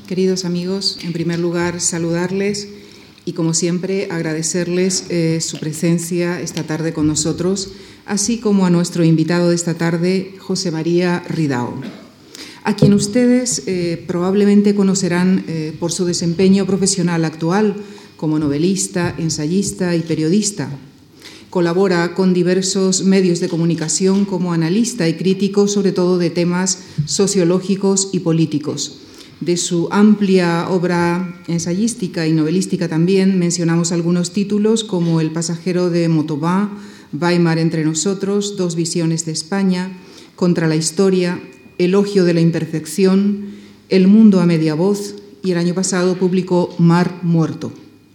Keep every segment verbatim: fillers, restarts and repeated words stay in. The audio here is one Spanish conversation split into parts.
Queridos amigos, en primer lugar saludarles y, como siempre, agradecerles eh, su presencia esta tarde con nosotros, así como a nuestro invitado de esta tarde, José María Ridao, a quien ustedes eh, probablemente conocerán eh, por su desempeño profesional actual como novelista, ensayista y periodista. Colabora con diversos medios de comunicación como analista y crítico, sobre todo de temas sociológicos y políticos. De su amplia obra ensayística y novelística también mencionamos algunos títulos como El pasajero de Montauban, Weimar entre nosotros, Dos visiones de España, Contra la historia, Elogio de la imperfección, El mundo a media voz, y el año pasado publicó Mar muerto.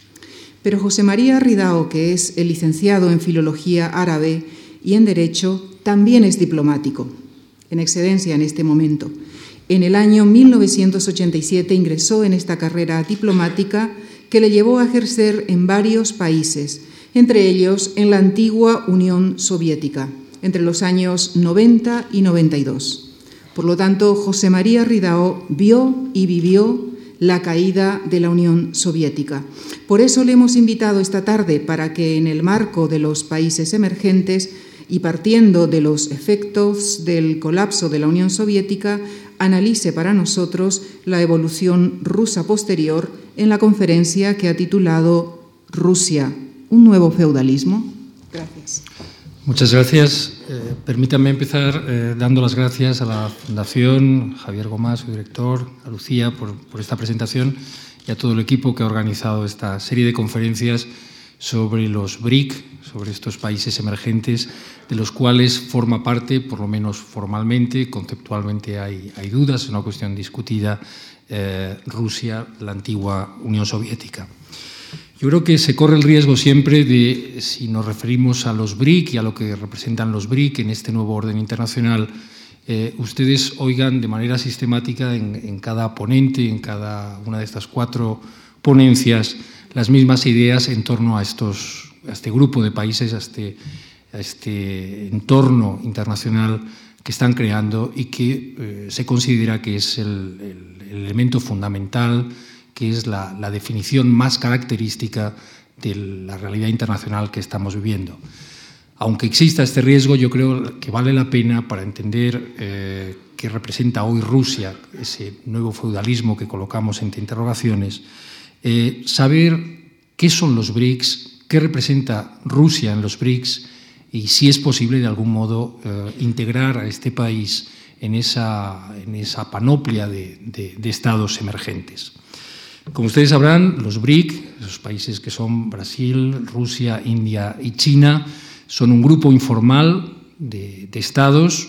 Pero José María Ridao, que es el licenciado en Filología Árabe y en Derecho, también es diplomático, en excedencia en este momento. En el año mil novecientos ochenta y siete ingresó en esta carrera diplomática que le llevó a ejercer en varios países, entre ellos en la antigua Unión Soviética, entre los años noventa y noventa y dos. Por lo tanto, José María Ridao vio y vivió la caída de la Unión Soviética. Por eso le hemos invitado esta tarde para que, en el marco de los países emergentes y partiendo de los efectos del colapso de la Unión Soviética, analice para nosotros la evolución rusa posterior en la conferencia que ha titulado Rusia, un nuevo feudalismo. Gracias. Muchas gracias. Eh, permítanme empezar eh, dando las gracias a la Fundación, Javier Gomás, su director, a Lucía por, por esta presentación y a todo el equipo que ha organizado esta serie de conferencias sobre los B R I C, sobre estos países emergentes, de los cuales forma parte, por lo menos formalmente, conceptualmente hay, hay dudas, es una cuestión discutida, eh, Rusia, la antigua Unión Soviética. Yo creo que se corre el riesgo siempre de, si nos referimos a los B R I C y a lo que representan los B R I C en este nuevo orden internacional, eh, ustedes oigan de manera sistemática en, en cada ponente, en cada una de estas cuatro ponencias, las mismas ideas en torno a, estos, a este grupo de países, a este, a este entorno internacional que están creando y que eh, se considera que es el, el, el elemento fundamental, que es la, la definición más característica de la realidad internacional que estamos viviendo. Aunque exista este riesgo, yo creo que vale la pena, para entender eh, qué representa hoy Rusia, ese nuevo feudalismo que colocamos entre interrogaciones, eh, saber qué son los B R I C S, qué representa Rusia en los B R I C S y si es posible de algún modo eh, integrar a este país en esa, en esa panoplia de, de, de estados emergentes. Como ustedes sabrán, los B R I C, esos países que son Brasil, Rusia, India y China, son un grupo informal de, de estados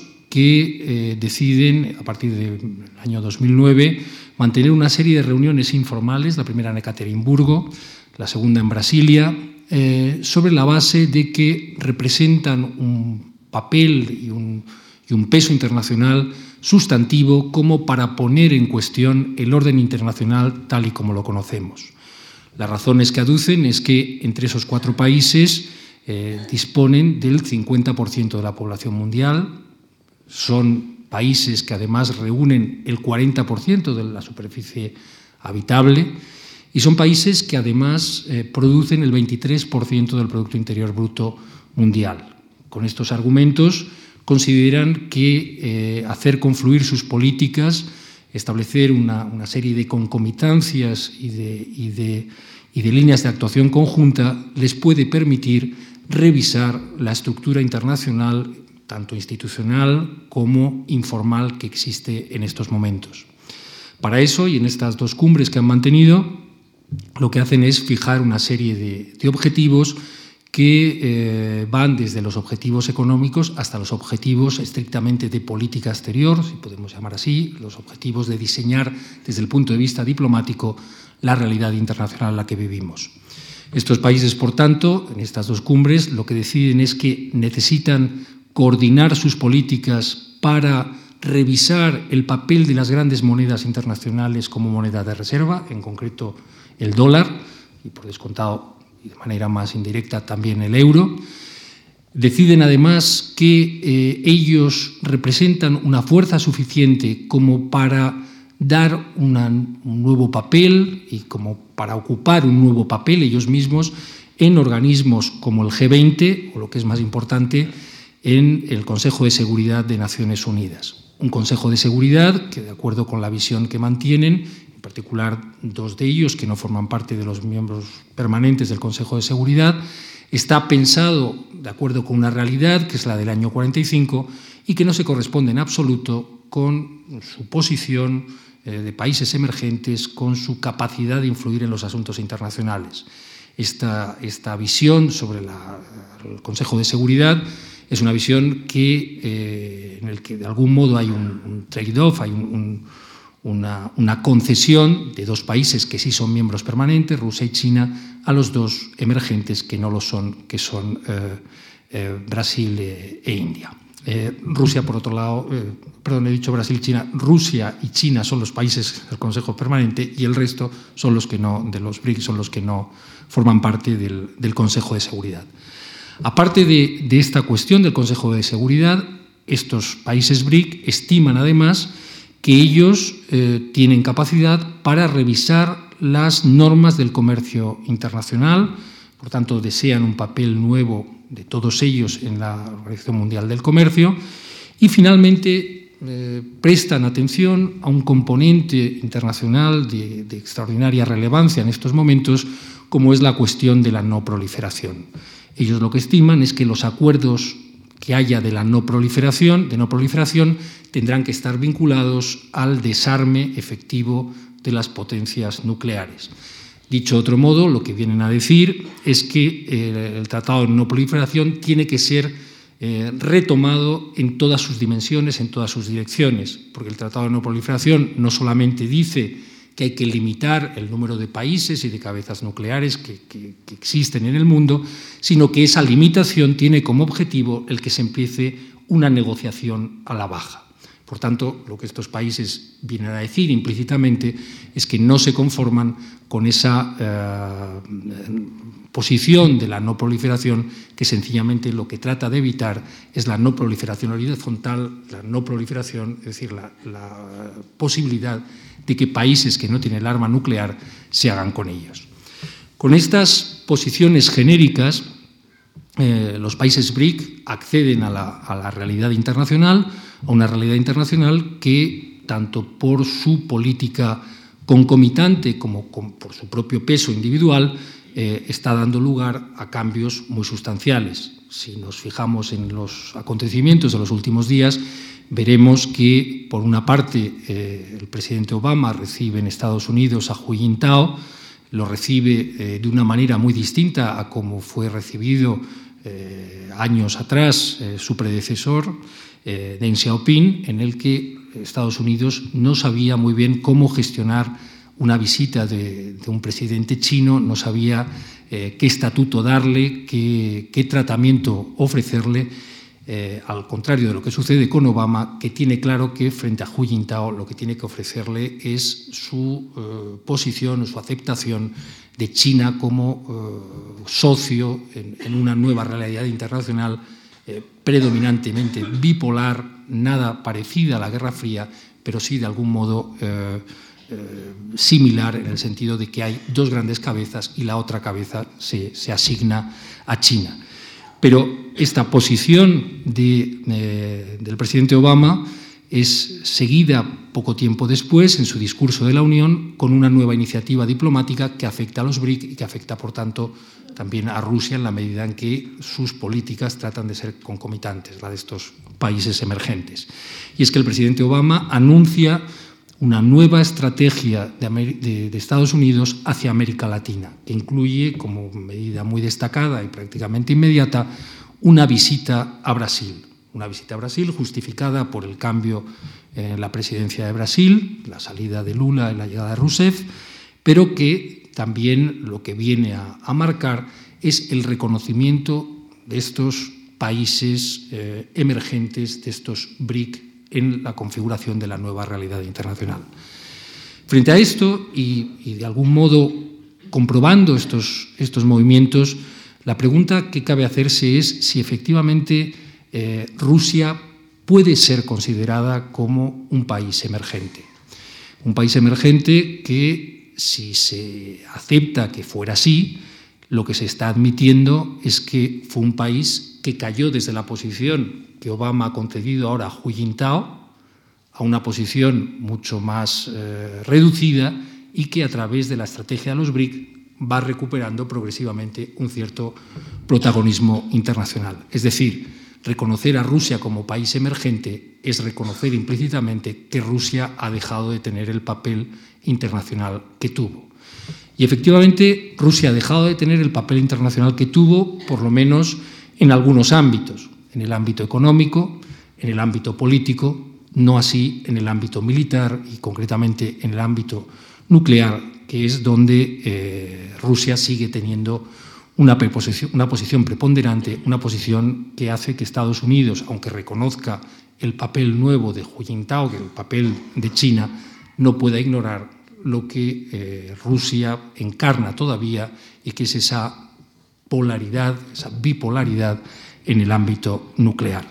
que eh, deciden, a partir del año dos mil nueve, mantener una serie de reuniones informales, la primera en Ekaterimburgo, la segunda en Brasilia, eh, sobre la base de que representan un papel y un, y un peso internacional sustantivo como para poner en cuestión el orden internacional tal y como lo conocemos. Las razones que aducen es que entre esos cuatro países eh, disponen del cincuenta por ciento de la población mundial, son países que además reúnen el cuarenta por ciento de la superficie habitable y son países que además eh, producen el veintitrés por ciento del Producto Interior Bruto mundial. Con estos argumentos consideran que eh, hacer confluir sus políticas, establecer una, una serie de concomitancias y de, y, de, y de líneas de actuación conjunta les puede permitir revisar la estructura internacional, tanto institucional como informal, que existe en estos momentos. Para eso, y en estas dos cumbres que han mantenido, lo que hacen es fijar una serie de, de objetivos que eh, van desde los objetivos económicos hasta los objetivos estrictamente de política exterior, si podemos llamar así, los objetivos de diseñar desde el punto de vista diplomático la realidad internacional en la que vivimos. Estos países, por tanto, en estas dos cumbres, lo que deciden es que necesitan coordinar sus políticas para revisar el papel de las grandes monedas internacionales como moneda de reserva, en concreto el dólar, y por descontado y de manera más indirecta también el euro. Deciden además que eh, ellos representan una fuerza suficiente como para dar una, un nuevo papel y como para ocupar un nuevo papel ellos mismos en organismos como el G veinte o, lo que es más importante, en el Consejo de Seguridad de Naciones Unidas. Un Consejo de Seguridad que, de acuerdo con la visión que mantienen, en particular dos de ellos que no forman parte de los miembros permanentes del Consejo de Seguridad, está pensado de acuerdo con una realidad que es la del año cuarenta y cinco y que no se corresponde en absoluto con su posición eh, de países emergentes, con su capacidad de influir en los asuntos internacionales. Esta, esta visión sobre la, el Consejo de Seguridad es una visión que, eh, en el que de algún modo hay un, un trade-off, hay un, un, una, una concesión de dos países que sí son miembros permanentes, Rusia y China, a los dos emergentes que no lo son, que son eh, eh, Brasil e, e India. Eh, Rusia, por otro lado, eh, perdón, he dicho Brasil y China, Rusia y China son los países del Consejo Permanente y el resto son los que no, de los B R I C, son los que no forman parte del, del Consejo de Seguridad. Aparte de, de esta cuestión del Consejo de Seguridad, estos países B R I C estiman además que ellos eh, tienen capacidad para revisar las normas del comercio internacional, por tanto desean un papel nuevo de todos ellos en la Organización Mundial del Comercio y finalmente eh, prestan atención a un componente internacional de, de extraordinaria relevancia en estos momentos, como es la cuestión de la no proliferación. Ellos lo que estiman es que los acuerdos que haya de la no proliferación, de no proliferación tendrán que estar vinculados al desarme efectivo de las potencias nucleares. Dicho de otro modo, lo que vienen a decir es que eh, el Tratado de No Proliferación tiene que ser eh, retomado en todas sus dimensiones, en todas sus direcciones, porque el Tratado de No Proliferación no solamente dice que hay que limitar el número de países y de cabezas nucleares que, que, que existen en el mundo, sino que esa limitación tiene como objetivo el que se empiece una negociación a la baja. Por tanto, lo que estos países vienen a decir implícitamente es que no se conforman con esa eh, posición de la no proliferación, que sencillamente lo que trata de evitar es la no proliferación horizontal, la no proliferación, es decir, la, la posibilidad de que países que no tienen el arma nuclear se hagan con ellos. Con estas posiciones genéricas, eh, los países B R I C acceden a la, a la realidad internacional, a una realidad internacional que, tanto por su política concomitante como con, por su propio peso individual, eh, está dando lugar a cambios muy sustanciales. Si nos fijamos en los acontecimientos de los últimos días, veremos que, por una parte, eh, el presidente Obama recibe en Estados Unidos a Hu Jintao, lo recibe eh, de una manera muy distinta a como fue recibido eh, años atrás eh, su predecesor, eh, Deng Xiaoping, en el que Estados Unidos no sabía muy bien cómo gestionar una visita de, de un presidente chino, no sabía eh, qué estatuto darle, qué, qué tratamiento ofrecerle, eh, al contrario de lo que sucede con Obama, que tiene claro que frente a Hu Jintao lo que tiene que ofrecerle es su eh, posición o su aceptación de China como eh, socio en, en una nueva realidad internacional eh, predominantemente bipolar, nada parecida a la Guerra Fría, pero sí de algún modo eh, eh, similar en el sentido de que hay dos grandes cabezas y la otra cabeza se, se asigna a China. Pero esta posición de, eh, del presidente Obama es seguida poco tiempo después, en su discurso de la Unión, con una nueva iniciativa diplomática que afecta a los B R I C y que afecta, por tanto, también a Rusia en la medida en que sus políticas tratan de ser concomitantes, la de estos países emergentes. Y es que el presidente Obama anuncia una nueva estrategia de, de, de Estados Unidos hacia América Latina, que incluye, como medida muy destacada y prácticamente inmediata, una visita a Brasil. Una visita a Brasil justificada por el cambio en la presidencia de Brasil, la salida de Lula y la llegada de Rousseff, pero que también lo que viene a, a marcar es el reconocimiento de estos países eh, emergentes, de estos B R I C, en la configuración de la nueva realidad internacional. Frente a esto, y, y de algún modo comprobando estos, estos movimientos, la pregunta que cabe hacerse es si efectivamente eh, Rusia puede ser considerada como un país emergente. Un país emergente que, si se acepta que fuera así, lo que se está admitiendo es que fue un país que cayó desde la posición que Obama ha concedido ahora a Hu Jintao a una posición mucho más eh, reducida y que a través de la estrategia de los B R I C va recuperando progresivamente un cierto protagonismo internacional. Es decir, reconocer a Rusia como país emergente es reconocer implícitamente que Rusia ha dejado de tener el papel internacional que tuvo. Y efectivamente, Rusia ha dejado de tener el papel internacional que tuvo, por lo menos en algunos ámbitos, en el ámbito económico, en el ámbito político, no así en el ámbito militar y concretamente en el ámbito nuclear, que es donde eh, Rusia sigue teniendo una, una posición preponderante, una posición que hace que Estados Unidos, aunque reconozca el papel nuevo de Hu Jintao, que el papel de China, no pueda ignorar lo que eh, Rusia encarna todavía y que es esa polaridad, esa bipolaridad en el ámbito nuclear.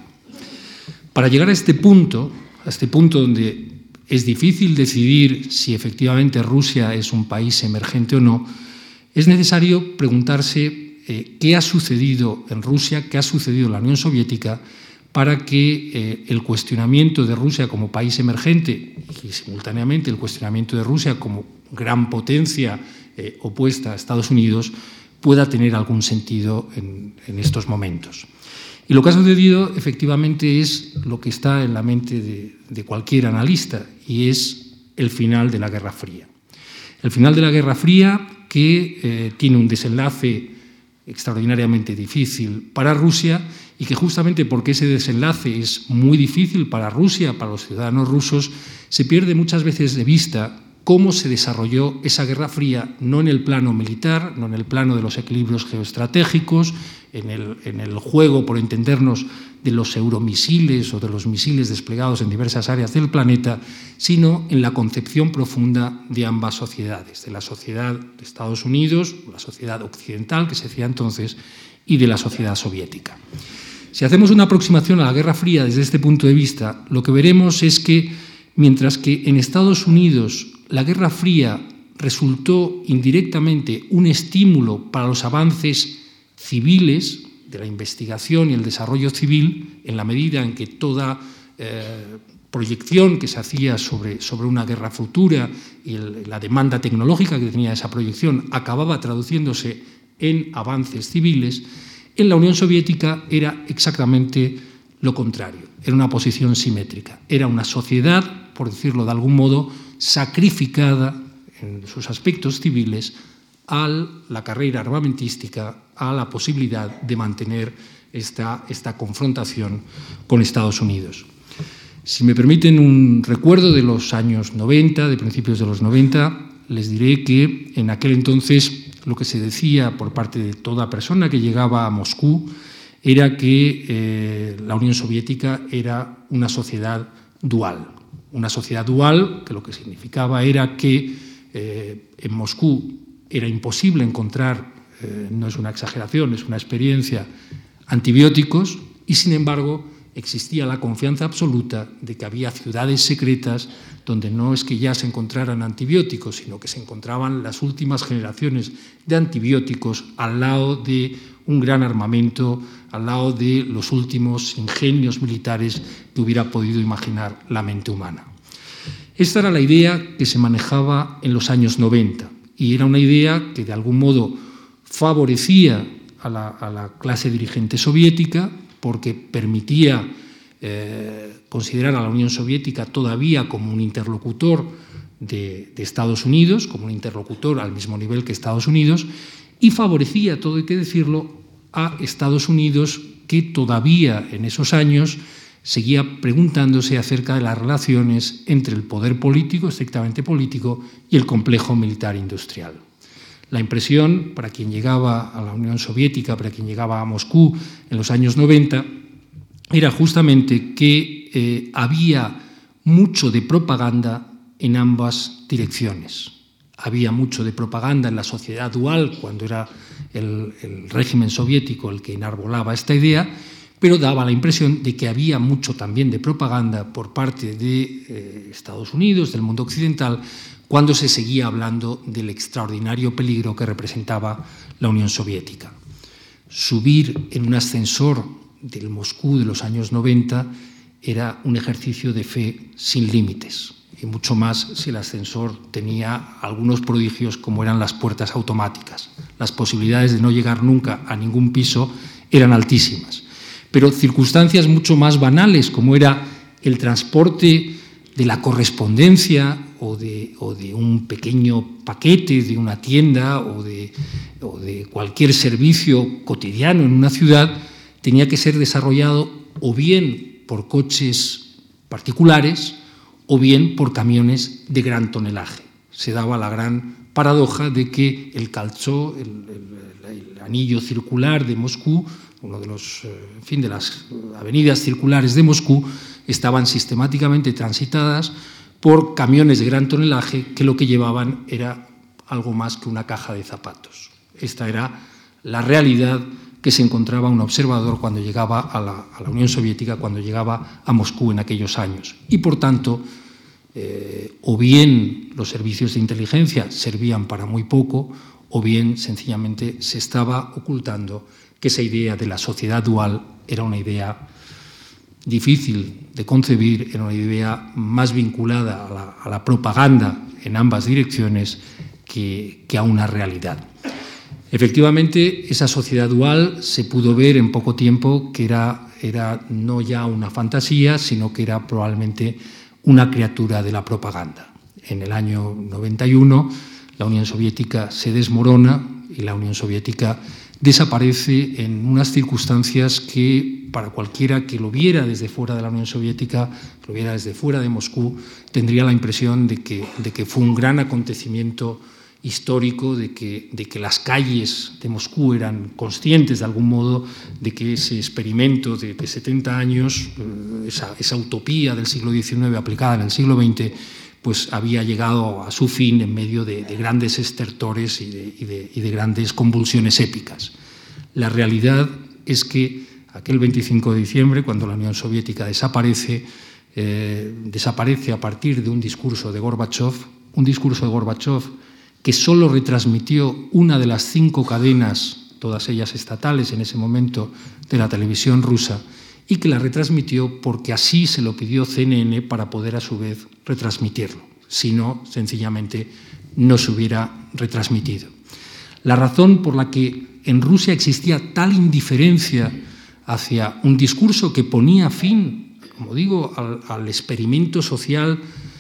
Para llegar a este punto, a este punto donde es difícil decidir si efectivamente Rusia es un país emergente o no, es necesario preguntarse eh, qué ha sucedido en Rusia, qué ha sucedido en la Unión Soviética para que eh, el cuestionamiento de Rusia como país emergente y simultáneamente el cuestionamiento de Rusia como gran potencia eh, opuesta a Estados Unidos pueda tener algún sentido en, en estos momentos. Y lo que ha sucedido efectivamente es lo que está en la mente de, de cualquier analista y es el final de la Guerra Fría. El final de la Guerra Fría que eh, tiene un desenlace extraordinariamente difícil para Rusia y que justamente porque ese desenlace es muy difícil para Rusia, para los ciudadanos rusos, se pierde muchas veces de vista cómo se desarrolló esa Guerra Fría, no en el plano militar, no en el plano de los equilibrios geoestratégicos, en el, en el juego, por entendernos, de los euromisiles o de los misiles desplegados en diversas áreas del planeta, sino en la concepción profunda de ambas sociedades, de la sociedad de Estados Unidos, la sociedad occidental que se decía entonces, y de la sociedad soviética. Si hacemos una aproximación a la Guerra Fría desde este punto de vista, lo que veremos es que, mientras que en Estados Unidos la Guerra Fría resultó indirectamente un estímulo para los avances civiles de la investigación y el desarrollo civil, en la medida en que toda eh, proyección que se hacía sobre, sobre una guerra futura y el, la demanda tecnológica que tenía esa proyección acababa traduciéndose en avances civiles, en la Unión Soviética era exactamente lo contrario. Era una posición simétrica. Era una sociedad, por decirlo de algún modo, sacrificada en sus aspectos civiles a la carrera armamentística, a la posibilidad de mantener esta, esta confrontación con Estados Unidos. Si me permiten un recuerdo de los años noventa, de principios de los noventa, les diré que en aquel entonces lo que se decía por parte de toda persona que llegaba a Moscú era que eh, la Unión Soviética era una sociedad dual. Una sociedad dual que lo que significaba era que eh, en Moscú era imposible encontrar, eh, no es una exageración, es una experiencia, antibióticos y, sin embargo, existía la confianza absoluta de que había ciudades secretas donde no es que ya se encontraran antibióticos, sino que se encontraban las últimas generaciones de antibióticos al lado de un gran armamento, al lado de los últimos ingenios militares que hubiera podido imaginar la mente humana. Esta era la idea que se manejaba en los años noventa y era una idea que de algún modo favorecía a la, a la clase dirigente soviética porque permitía eh, considerar a la Unión Soviética todavía como un interlocutor de, de Estados Unidos, como un interlocutor al mismo nivel que Estados Unidos, y favorecía, todo hay que decirlo, a Estados Unidos, que todavía en esos años seguía preguntándose acerca de las relaciones entre el poder político, estrictamente político, y el complejo militar industrial. La impresión, para quien llegaba a la Unión Soviética, para quien llegaba a Moscú en los años noventa, era justamente que eh, había mucho de propaganda en ambas direcciones. Había mucho de propaganda en la sociedad dual, cuando era el, el régimen soviético el que enarbolaba esta idea, pero daba la impresión de que había mucho también de propaganda por parte de eh, Estados Unidos, del mundo occidental, cuando se seguía hablando del extraordinario peligro que representaba la Unión Soviética. Subir en un ascensor del Moscú de los años noventa era un ejercicio de fe sin límites, y mucho más si el ascensor tenía algunos prodigios como eran las puertas automáticas. Las posibilidades de no llegar nunca a ningún piso eran altísimas. Pero circunstancias mucho más banales, como era el transporte de la correspondencia o de, o de un pequeño paquete de una tienda o de, o de cualquier servicio cotidiano en una ciudad, tenía que ser desarrollado o bien por coches particulares o bien por camiones de gran tonelaje. Se daba la gran paradoja de que el Kaltso, el, el, el anillo circular de Moscú, uno de los, en fin, de las avenidas circulares de Moscú, estaban sistemáticamente transitadas por camiones de gran tonelaje que lo que llevaban era algo más que una caja de zapatos. Esta era la realidad que se encontraba un observador cuando llegaba a la, a la Unión Soviética, cuando llegaba a Moscú en aquellos años. Y, por tanto, eh, o bien los servicios de inteligencia servían para muy poco, o bien, sencillamente, se estaba ocultando que esa idea de la sociedad dual era una idea difícil de concebir, era una idea más vinculada a la, a la propaganda en ambas direcciones que, que a una realidad. Efectivamente, esa sociedad dual se pudo ver en poco tiempo que era, era no ya una fantasía, sino que era probablemente una criatura de la propaganda. En el año noventa y uno, la Unión Soviética se desmorona y la Unión Soviética desaparece en unas circunstancias que, para cualquiera que lo viera desde fuera de la Unión Soviética, que lo viera desde fuera de Moscú, tendría la impresión de que, de que fue un gran acontecimiento histórico, de que, de que las calles de Moscú eran conscientes de algún modo de que ese experimento de, de setenta años, esa, esa utopía del siglo diecinueve aplicada en el siglo veinte, pues había llegado a su fin en medio de, de grandes estertores y de, y, de, y de grandes convulsiones épicas. La realidad es que aquel veinticinco de diciembre, cuando la Unión Soviética desaparece, eh, desaparece a partir de un discurso de Gorbachov, un discurso de Gorbachov que solo retransmitió una de las cinco cadenas, todas ellas estatales en ese momento, de la televisión rusa, y que la retransmitió porque así se lo pidió C N N para poder a su vez retransmitirlo. Si no, sencillamente no se hubiera retransmitido. La razón por la que en Rusia existía tal indiferencia hacia un discurso que ponía fin, como digo, al, al experimento social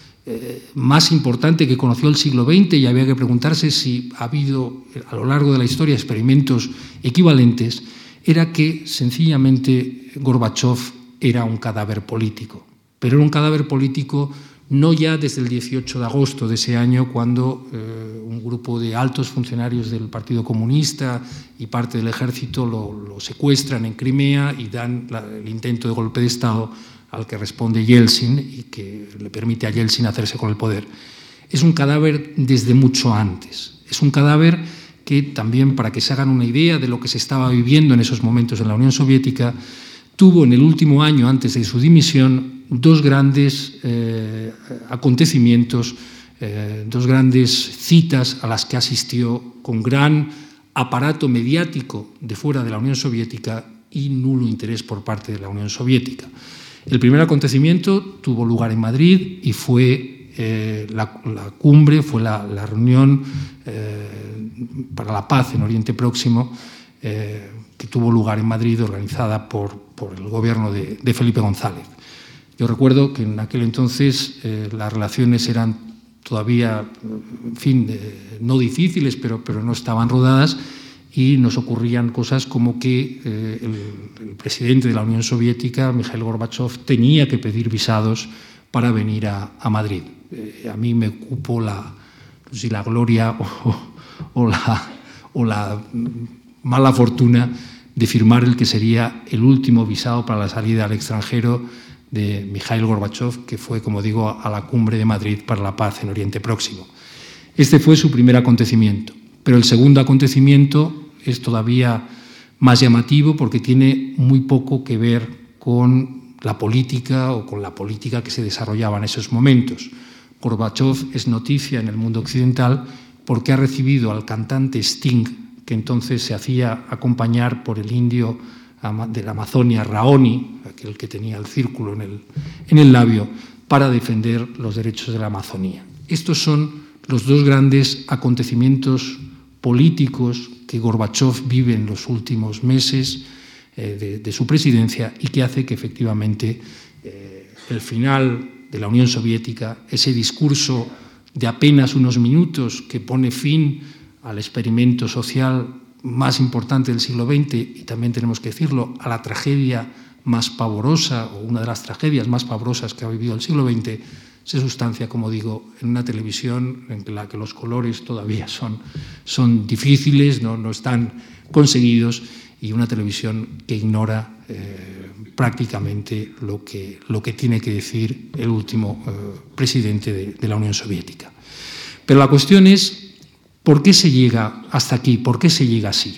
eh, más importante que conoció el siglo veinte, y había que preguntarse si ha habido a lo largo de la historia experimentos equivalentes, era que sencillamente Gorbachov era un cadáver político. Pero era un cadáver político no ya desde el dieciocho de agosto de ese año, cuando eh, un grupo de altos funcionarios del Partido Comunista y parte del ejército lo, lo secuestran en Crimea y dan la, el intento de golpe de Estado al que responde Yeltsin y que le permite a Yeltsin hacerse con el poder. Es un cadáver desde mucho antes. Es un cadáver que también, para que se hagan una idea de lo que se estaba viviendo en esos momentos en la Unión Soviética, tuvo en el último año antes de su dimisión dos grandes eh, acontecimientos, eh, dos grandes citas a las que asistió con gran aparato mediático de fuera de la Unión Soviética y nulo interés por parte de la Unión Soviética. El primer acontecimiento tuvo lugar en Madrid y fue Eh, la, la cumbre, fue la, la reunión eh, para la paz en Oriente Próximo eh, que tuvo lugar en Madrid, organizada por, por el gobierno de, de Felipe González. Yo recuerdo que en aquel entonces eh, las relaciones eran todavía, en fin, eh, no difíciles, pero, pero no estaban rodadas, y nos ocurrían cosas como que eh, el, el presidente de la Unión Soviética, Mikhail Gorbachov, tenía que pedir visados para venir a, a Madrid. Eh, a mí me cupo la, no sé si la gloria o, o, la, o la mala fortuna de firmar el que sería el último visado para la salida al extranjero de Mikhail Gorbachov, que fue, como digo, a la cumbre de Madrid para la paz en Oriente Próximo. Este fue su primer acontecimiento, pero el segundo acontecimiento es todavía más llamativo porque tiene muy poco que ver con la política o con la política que se desarrollaba en esos momentos. Gorbachov es noticia en el mundo occidental porque ha recibido al cantante Sting, que entonces se hacía acompañar por el indio de la Amazonia, Raoni, aquel que tenía el círculo en el, en el labio, para defender los derechos de la Amazonía. Estos son los dos grandes acontecimientos políticos que Gorbachov vive en los últimos meses eh, de, de su presidencia y que hace que efectivamente eh, el final de la Unión Soviética, ese discurso de apenas unos minutos que pone fin al experimento social más importante del siglo veinte y también tenemos que decirlo, a la tragedia más pavorosa o una de las tragedias más pavorosas que ha vivido el siglo veinte, se sustancia, como digo, en una televisión en la que los colores todavía son, son difíciles, no, no están conseguidos, y una televisión que ignora eh, prácticamente lo que, lo que tiene que decir el último eh, presidente de, de la Unión Soviética. Pero la cuestión es, ¿por qué se llega hasta aquí? ¿Por qué se llega así?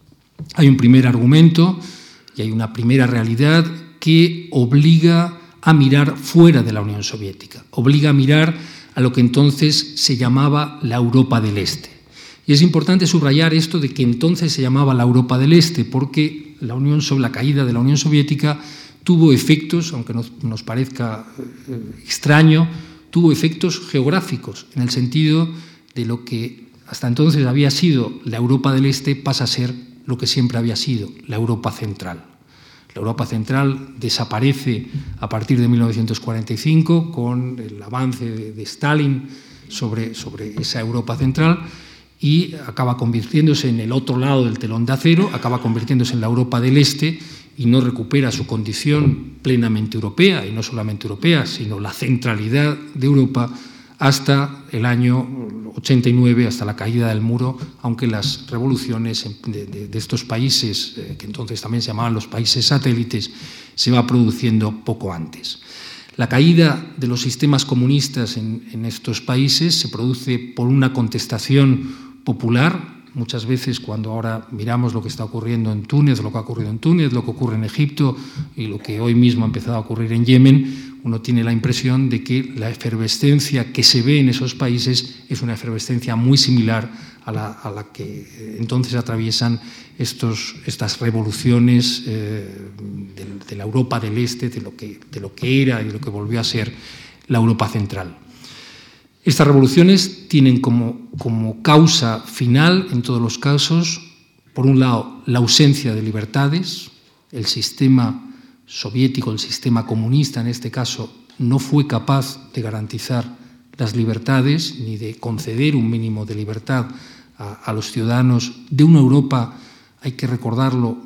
Hay un primer argumento y hay una primera realidad que obliga a mirar fuera de la Unión Soviética, obliga a mirar a lo que entonces se llamaba la Europa del Este. Y es importante subrayar esto de que entonces se llamaba la Europa del Este, porque la, Unión, la caída de la Unión Soviética tuvo efectos, aunque nos, nos parezca eh, extraño, tuvo efectos geográficos, en el sentido de lo que hasta entonces había sido la Europa del Este pasa a ser lo que siempre había sido, la Europa Central. La Europa Central desaparece a partir de mil novecientos cuarenta y cinco con el avance de, de Stalin sobre, sobre esa Europa Central y acaba convirtiéndose en el otro lado del telón de acero, acaba convirtiéndose en la Europa del Este y no recupera su condición plenamente europea, y no solamente europea, sino la centralidad de Europa hasta el año ochenta y nueve, hasta la caída del muro, aunque las revoluciones de, de, de estos países, eh, que entonces también se llamaban los países satélites, se va produciendo poco antes. La caída de los sistemas comunistas en, en estos países se produce por una contestación popular. Muchas veces, cuando ahora miramos lo que está ocurriendo en Túnez, lo que ha ocurrido en Túnez, lo que ocurre en Egipto y lo que hoy mismo ha empezado a ocurrir en Yemen, uno tiene la impresión de que la efervescencia que se ve en esos países es una efervescencia muy similar a la, a la que entonces atraviesan estos, estas revoluciones eh, de, de la Europa del Este, de lo, que, de lo que era y de lo que volvió a ser la Europa Central. Estas revoluciones tienen como, como causa final, en todos los casos, por un lado, la ausencia de libertades. El sistema soviético, el sistema comunista en este caso, no fue capaz de garantizar las libertades ni de conceder un mínimo de libertad a, a los ciudadanos de una Europa, hay que recordarlo,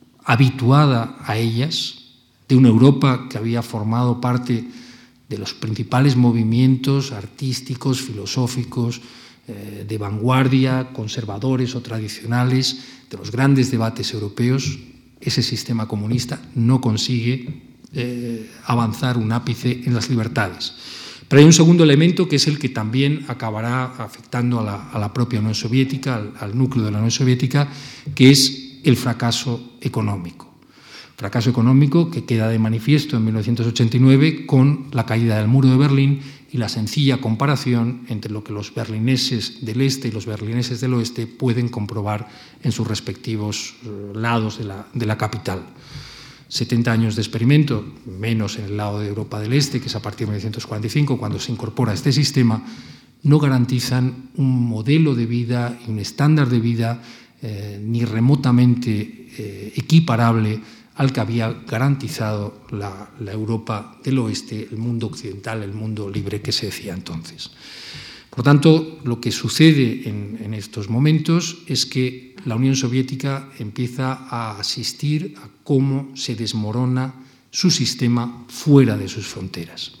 habituada a ellas, de una Europa que había formado parte de los principales movimientos artísticos, filosóficos, eh, de vanguardia, conservadores o tradicionales, de los grandes debates europeos. Ese sistema comunista no consigue eh, avanzar un ápice en las libertades. Pero hay un segundo elemento que es el que también acabará afectando a la, a la propia Unión Soviética, al, al núcleo de la Unión Soviética, que es el fracaso económico. Fracaso económico que queda de manifiesto en mil novecientos ochenta y nueve con la caída del muro de Berlín y la sencilla comparación entre lo que los berlineses del este y los berlineses del oeste pueden comprobar en sus respectivos lados de la, de la capital. setenta años de experimento, menos en el lado de Europa del Este, que es a partir de mil novecientos cuarenta y cinco, cuando se incorpora este sistema, no garantizan un modelo de vida y un estándar de vida eh, ni remotamente eh, equiparable al que había garantizado la, la Europa del Oeste, el mundo occidental, el mundo libre que se decía entonces. Por tanto, lo que sucede en, en estos momentos es que la Unión Soviética empieza a asistir a cómo se desmorona su sistema fuera de sus fronteras.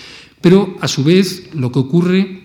Pero, a su vez, lo que ocurre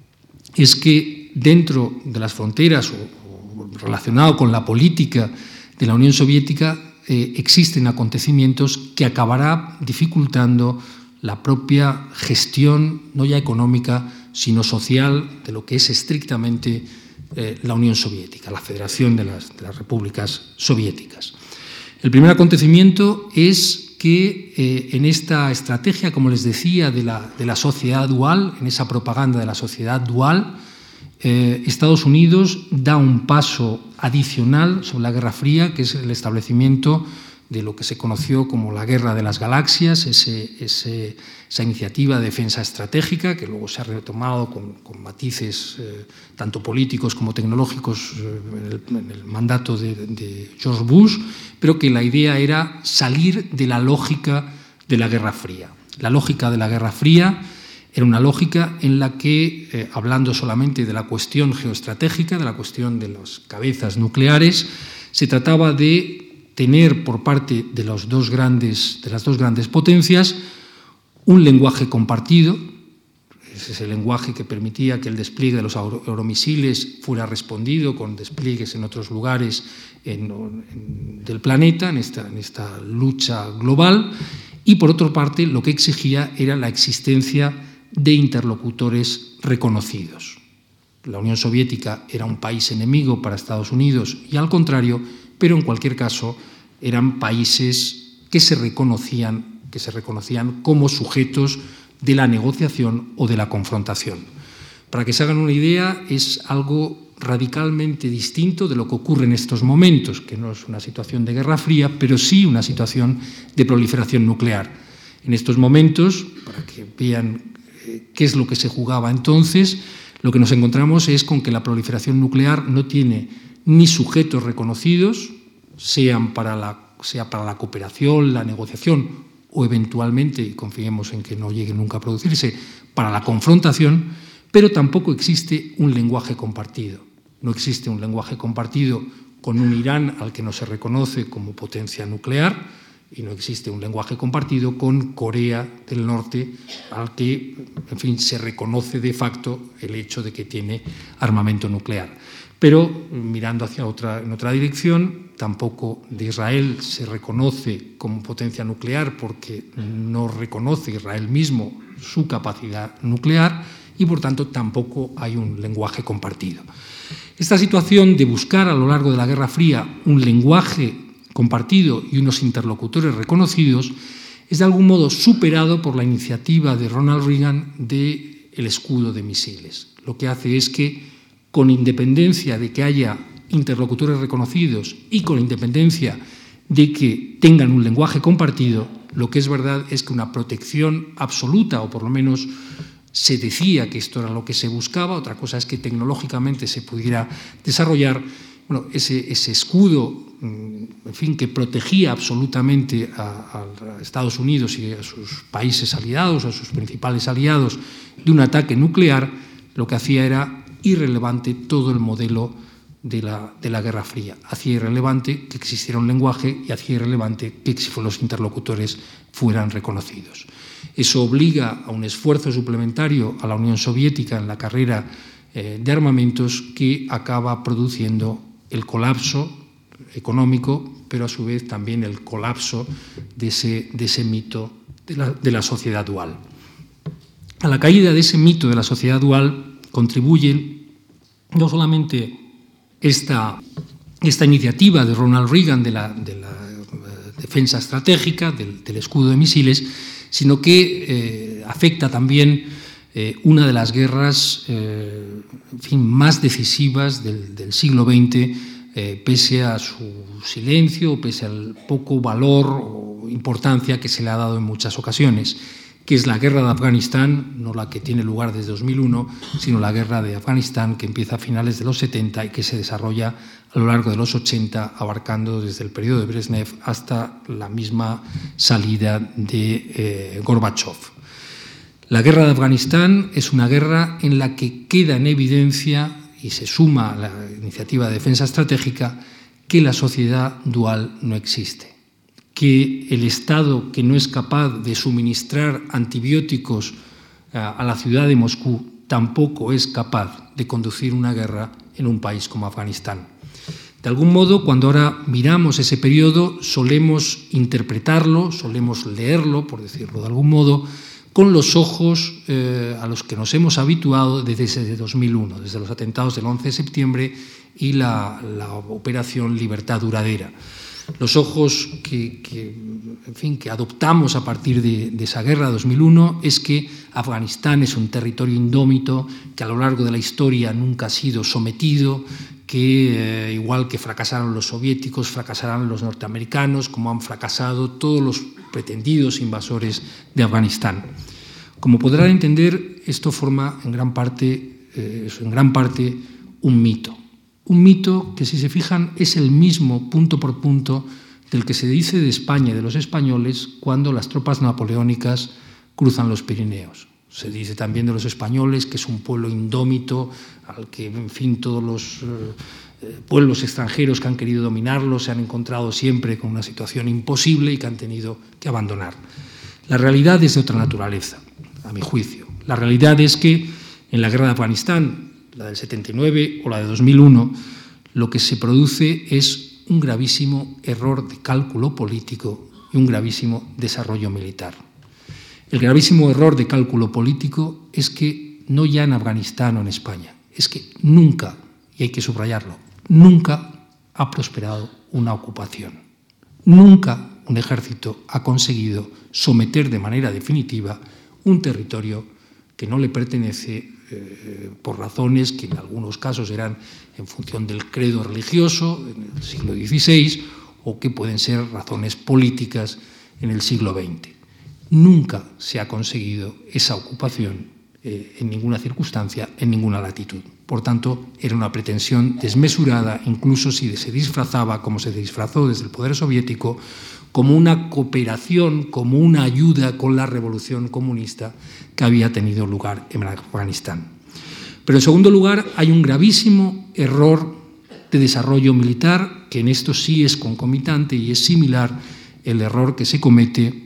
es que dentro de las fronteras o, o relacionado con la política de la Unión Soviética eh, existen acontecimientos que acabará dificultando la propia gestión, no ya económica, sino social, de lo que es estrictamente eh, la Unión Soviética, la Federación de las, de las Repúblicas Soviéticas. El primer acontecimiento es que eh, en esta estrategia, como les decía, de la, de la sociedad dual, en esa propaganda de la sociedad dual, eh, Estados Unidos da un paso adicional sobre la Guerra Fría, que es el establecimiento de lo que se conoció como la Guerra de las Galaxias, ese, ese, esa iniciativa de defensa estratégica que luego se ha retomado con, con matices eh, tanto políticos como tecnológicos eh, en, el, en el mandato de, de George Bush, pero que la idea era salir de la lógica de la Guerra Fría. La lógica de la Guerra Fría era una lógica en la que, eh, hablando solamente de la cuestión geoestratégica, de la cuestión de las cabezas nucleares, se trataba de tener por parte de, los dos grandes, de las dos grandes potencias un lenguaje compartido. Ese es el lenguaje que permitía que el despliegue de los euromisiles fuera respondido con despliegues en otros lugares en, en, del planeta, en esta, en esta lucha global. Y, por otra parte, lo que exigía era la existencia de interlocutores reconocidos. La Unión Soviética era un país enemigo para Estados Unidos y, al contrario, pero en cualquier caso eran países que se reconocían, que se reconocían como sujetos de la negociación o de la confrontación. Para que se hagan una idea, es algo radicalmente distinto de lo que ocurre en estos momentos, que no es una situación de Guerra Fría, pero sí una situación de proliferación nuclear. En estos momentos, para que vean eh, qué es lo que se jugaba entonces, lo que nos encontramos es con que la proliferación nuclear no tiene ni sujetos reconocidos, sean para la, sea para la cooperación, la negociación o eventualmente, y confiemos en que no llegue nunca a producirse, para la confrontación, pero tampoco existe un lenguaje compartido. No existe un lenguaje compartido con un Irán al que no se reconoce como potencia nuclear, y no existe un lenguaje compartido con Corea del Norte, al que, en fin, se reconoce de facto el hecho de que tiene armamento nuclear. Pero, mirando hacia otra, en otra dirección, tampoco de Israel se reconoce como potencia nuclear porque no reconoce Israel mismo su capacidad nuclear y, por tanto, tampoco hay un lenguaje compartido. Esta situación de buscar a lo largo de la Guerra Fría un lenguaje compartido y unos interlocutores reconocidos es de algún modo superado por la iniciativa de Ronald Reagan del escudo de misiles. Lo que hace es que, con independencia de que haya interlocutores reconocidos y con independencia de que tengan un lenguaje compartido, lo que es verdad es que una protección absoluta, o por lo menos se decía que esto era lo que se buscaba, otra cosa es que tecnológicamente se pudiera desarrollar, bueno, ese, ese escudo, en fin, que protegía absolutamente a, a Estados Unidos y a sus países aliados, a sus principales aliados, de un ataque nuclear, lo que hacía era irrelevante todo el modelo de la, de la Guerra Fría. Hacía irrelevante que existiera un lenguaje y hacía irrelevante que los interlocutores fueran reconocidos. Eso obliga a un esfuerzo suplementario a la Unión Soviética en la carrera eh, de armamentos que acaba produciendo el colapso económico, pero a su vez también el colapso de ese, de ese mito de la, de la sociedad dual. A la caída de ese mito de la sociedad dual contribuyen no solamente esta, esta iniciativa de Ronald Reagan de la, de la defensa estratégica, del, del escudo de misiles, sino que eh, afecta también eh, una de las guerras eh, en fin, más decisivas del, del siglo veinte, eh, pese a su silencio, pese al poco valor o importancia que se le ha dado en muchas ocasiones, que es la guerra de Afganistán, no la que tiene lugar desde dos mil uno, sino la guerra de Afganistán que empieza a finales de los setenta y que se desarrolla a lo largo de los ochenta, abarcando desde el periodo de Brezhnev hasta la misma salida de eh, Gorbachov. La guerra de Afganistán es una guerra en la que queda en evidencia, y se suma a la iniciativa de defensa estratégica, que la sociedad dual no existe, que el Estado que no es capaz de suministrar antibióticos a la ciudad de Moscú tampoco es capaz de conducir una guerra en un país como Afganistán. De algún modo, cuando ahora miramos ese periodo, solemos interpretarlo, solemos leerlo, por decirlo de algún modo, con los ojos eh, a los que nos hemos habituado desde dos mil uno, desde los atentados del once de septiembre y la, la operación Libertad Duradera. Los ojos que, que, en fin, que adoptamos a partir de, de esa guerra de dos mil uno es que Afganistán es un territorio indómito, que a lo largo de la historia nunca ha sido sometido, que eh, igual que fracasaron los soviéticos, fracasarán los norteamericanos, como han fracasado todos los pretendidos invasores de Afganistán. Como podrán entender, esto forma en gran parte, eh, en gran parte un mito. Un mito que, si se fijan, es el mismo punto por punto del que se dice de España y de los españoles cuando las tropas napoleónicas cruzan los Pirineos. Se dice también de los españoles que es un pueblo indómito, al que, en fin, todos los eh, pueblos extranjeros que han querido dominarlo se han encontrado siempre con una situación imposible y que han tenido que abandonar. La realidad es de otra naturaleza, a mi juicio. La realidad es que en la guerra de Afganistán, la del setenta y nueve o la de dos mil uno, lo que se produce es un gravísimo error de cálculo político y un gravísimo desarrollo militar. El gravísimo error de cálculo político es que no ya en Afganistán o en España, es que nunca, y hay que subrayarlo, nunca ha prosperado una ocupación. Nunca un ejército ha conseguido someter de manera definitiva un territorio que no le pertenece eh, por razones que en algunos casos eran en función del credo religioso en el siglo dieciséis o que pueden ser razones políticas en el siglo veinte. Nunca se ha conseguido esa ocupación eh, en ninguna circunstancia, en ninguna latitud. Por tanto, era una pretensión desmesurada, incluso si se disfrazaba, como se disfrazó desde el poder soviético, como una cooperación, como una ayuda con la revolución comunista que había tenido lugar en Afganistán. Pero, en segundo lugar, hay un gravísimo error de desarrollo militar, que en esto sí es concomitante y es similar el error que se comete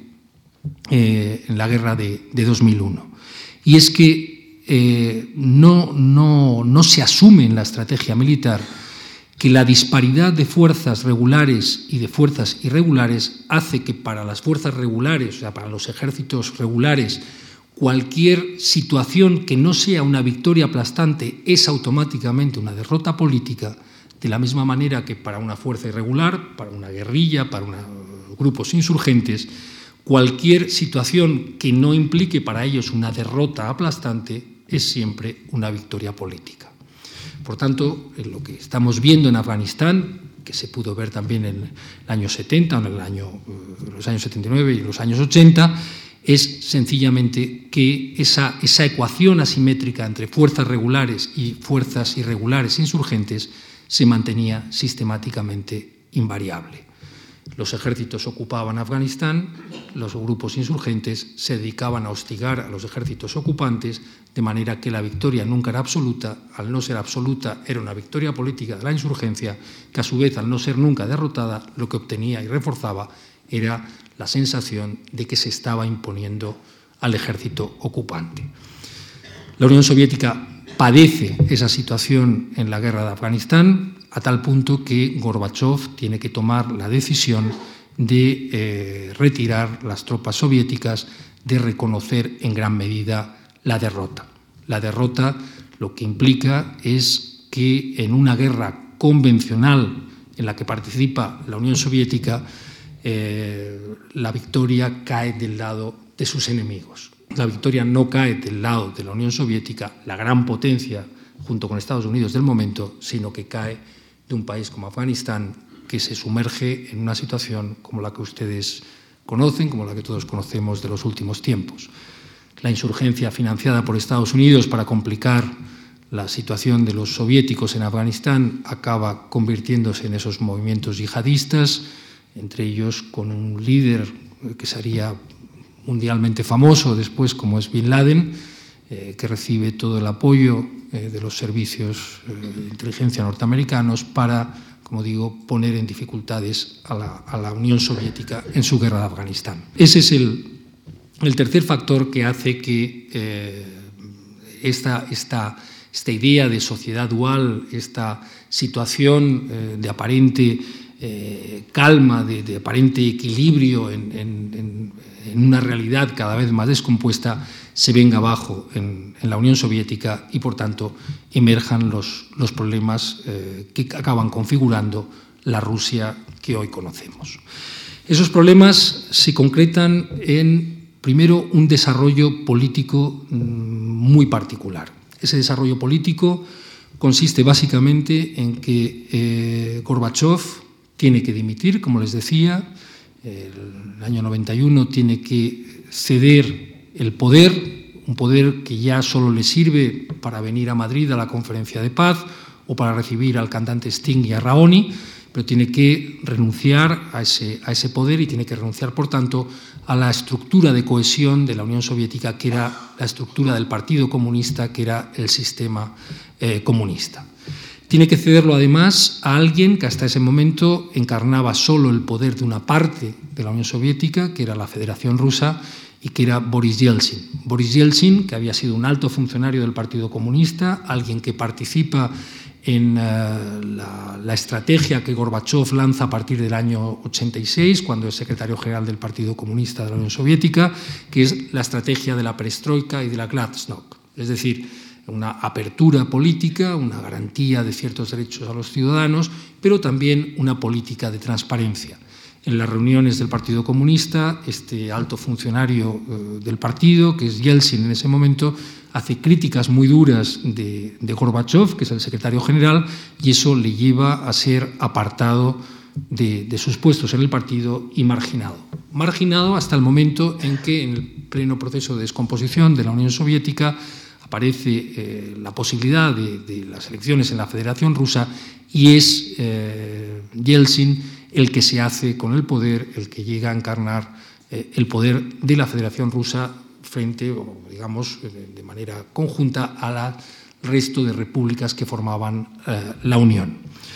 eh, en la guerra de, de dos mil uno. Y es que eh, no, no, no se asume en la estrategia militar que la disparidad de fuerzas regulares y de fuerzas irregulares hace que para las fuerzas regulares, o sea, para los ejércitos regulares, cualquier situación que no sea una victoria aplastante es automáticamente una derrota política, de la misma manera que para una fuerza irregular, para una guerrilla, para una, grupos insurgentes, cualquier situación que no implique para ellos una derrota aplastante es siempre una victoria política. Por tanto, en lo que estamos viendo en Afganistán, que se pudo ver también en el año setenta, en el año, los años setenta y nueve y los años ochenta, es sencillamente que esa, esa ecuación asimétrica entre fuerzas regulares y fuerzas irregulares insurgentes se mantenía sistemáticamente invariable. Los ejércitos ocupaban Afganistán, los grupos insurgentes se dedicaban a hostigar a los ejércitos ocupantes, de manera que la victoria nunca era absoluta. Al no ser absoluta, era una victoria política de la insurgencia, que a su vez, al no ser nunca derrotada, lo que obtenía y reforzaba era la sensación de que se estaba imponiendo al ejército ocupante. La Unión Soviética padece esa situación en la guerra de Afganistán, a tal punto que Gorbachov tiene que tomar la decisión de eh, retirar las tropas soviéticas, de reconocer en gran medida la derrota. La derrota lo que implica es que en una guerra convencional en la que participa la Unión Soviética, eh, la victoria cae del lado de sus enemigos. La victoria no cae del lado de la Unión Soviética, la gran potencia junto con Estados Unidos del momento, sino que cae de un país como Afganistán, que se sumerge en una situación como la que ustedes conocen, como la que todos conocemos de los últimos tiempos. La insurgencia financiada por Estados Unidos para complicar la situación de los soviéticos en Afganistán acaba convirtiéndose en esos movimientos yihadistas, entre ellos con un líder que sería mundialmente famoso después, como es Bin Laden, eh, que recibe todo el apoyo eh, de los servicios eh, de inteligencia norteamericanos para, como digo, poner en dificultades a la, a la Unión Soviética en su guerra de Afganistán. Ese es el, el tercer factor que hace que eh, esta, esta, esta idea de sociedad dual, esta situación eh, de aparente eh, calma, de, de aparente equilibrio en, en, en, en una realidad cada vez más descompuesta, se venga abajo en, en la Unión Soviética y, por tanto, emerjan los, los problemas eh, que acaban configurando la Rusia que hoy conocemos. Esos problemas se concretan en, primero, un desarrollo político muy particular. Ese desarrollo político consiste básicamente en que eh, Gorbachov tiene que dimitir, como les decía, el año noventa y uno tiene que ceder el poder, un poder que ya solo le sirve para venir a Madrid a la conferencia de paz o para recibir al cantante Sting y a Raoni, pero tiene que renunciar a ese, a ese poder y tiene que renunciar, por tanto, a la estructura de cohesión de la Unión Soviética, que era la estructura del Partido Comunista, que era el sistema eh, comunista. Tiene que cederlo, además, a alguien que hasta ese momento encarnaba solo el poder de una parte de la Unión Soviética, que era la Federación Rusa, y que era Boris Yeltsin. Boris Yeltsin, que había sido un alto funcionario del Partido Comunista, alguien que participa en uh, la, la estrategia que Gorbachov lanza a partir del año ochenta y seis, cuando es secretario general del Partido Comunista de la Unión Soviética, que es la estrategia de la perestroika y de la glasnost, es decir, una apertura política, una garantía de ciertos derechos a los ciudadanos, pero también una política de transparencia. En las reuniones del Partido Comunista, este alto funcionario eh, del partido, que es Yeltsin en ese momento, hace críticas muy duras de, de Gorbachov, que es el secretario general, y eso le lleva a ser apartado de, de sus puestos en el partido y marginado. Marginado hasta el momento en que, en el pleno proceso de descomposición de la Unión Soviética, aparece eh, la posibilidad de, de las elecciones en la Federación Rusa y es eh, Yeltsin el que se hace con el poder, el que llega a encarnar eh, el poder de la Federación Rusa frente, o digamos, de manera conjunta al resto de repúblicas que formaban eh, la Unión.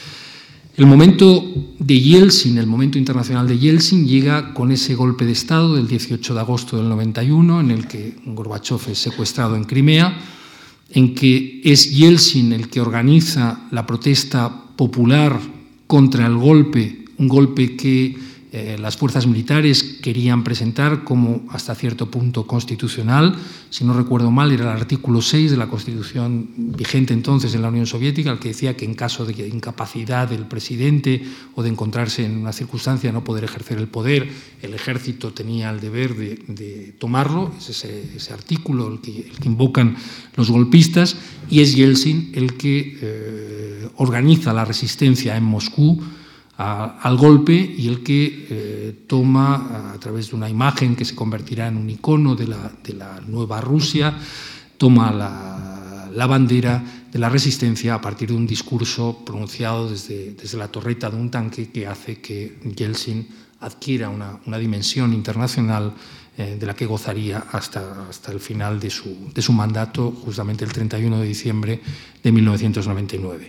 El momento de Yeltsin, el momento internacional de Yeltsin, llega con ese golpe de Estado del dieciocho de agosto del noventa y uno, en el que Gorbachov es secuestrado en Crimea, en que es Yeltsin el que organiza la protesta popular contra el golpe, un golpe que eh, las fuerzas militares querían presentar como hasta cierto punto constitucional. Si no recuerdo mal, era el artículo seis de la Constitución vigente entonces en la Unión Soviética, el que decía que en caso de incapacidad del presidente o de encontrarse en una circunstancia de no poder ejercer el poder, el ejército tenía el deber de, de tomarlo. Es ese, ese artículo el que, el que invocan los golpistas, y es Yeltsin el que eh, organiza la resistencia en Moscú A, al golpe y el que eh, toma, a través de una imagen que se convertirá en un icono de la, de la nueva Rusia, toma la, la bandera de la resistencia a partir de un discurso pronunciado desde, desde la torreta de un tanque que hace que Yeltsin adquiera una, una dimensión internacional eh, de la que gozaría hasta, hasta el final de su, de su mandato, justamente el treinta y uno de diciembre de mil novecientos noventa y nueve.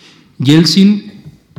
Yeltsin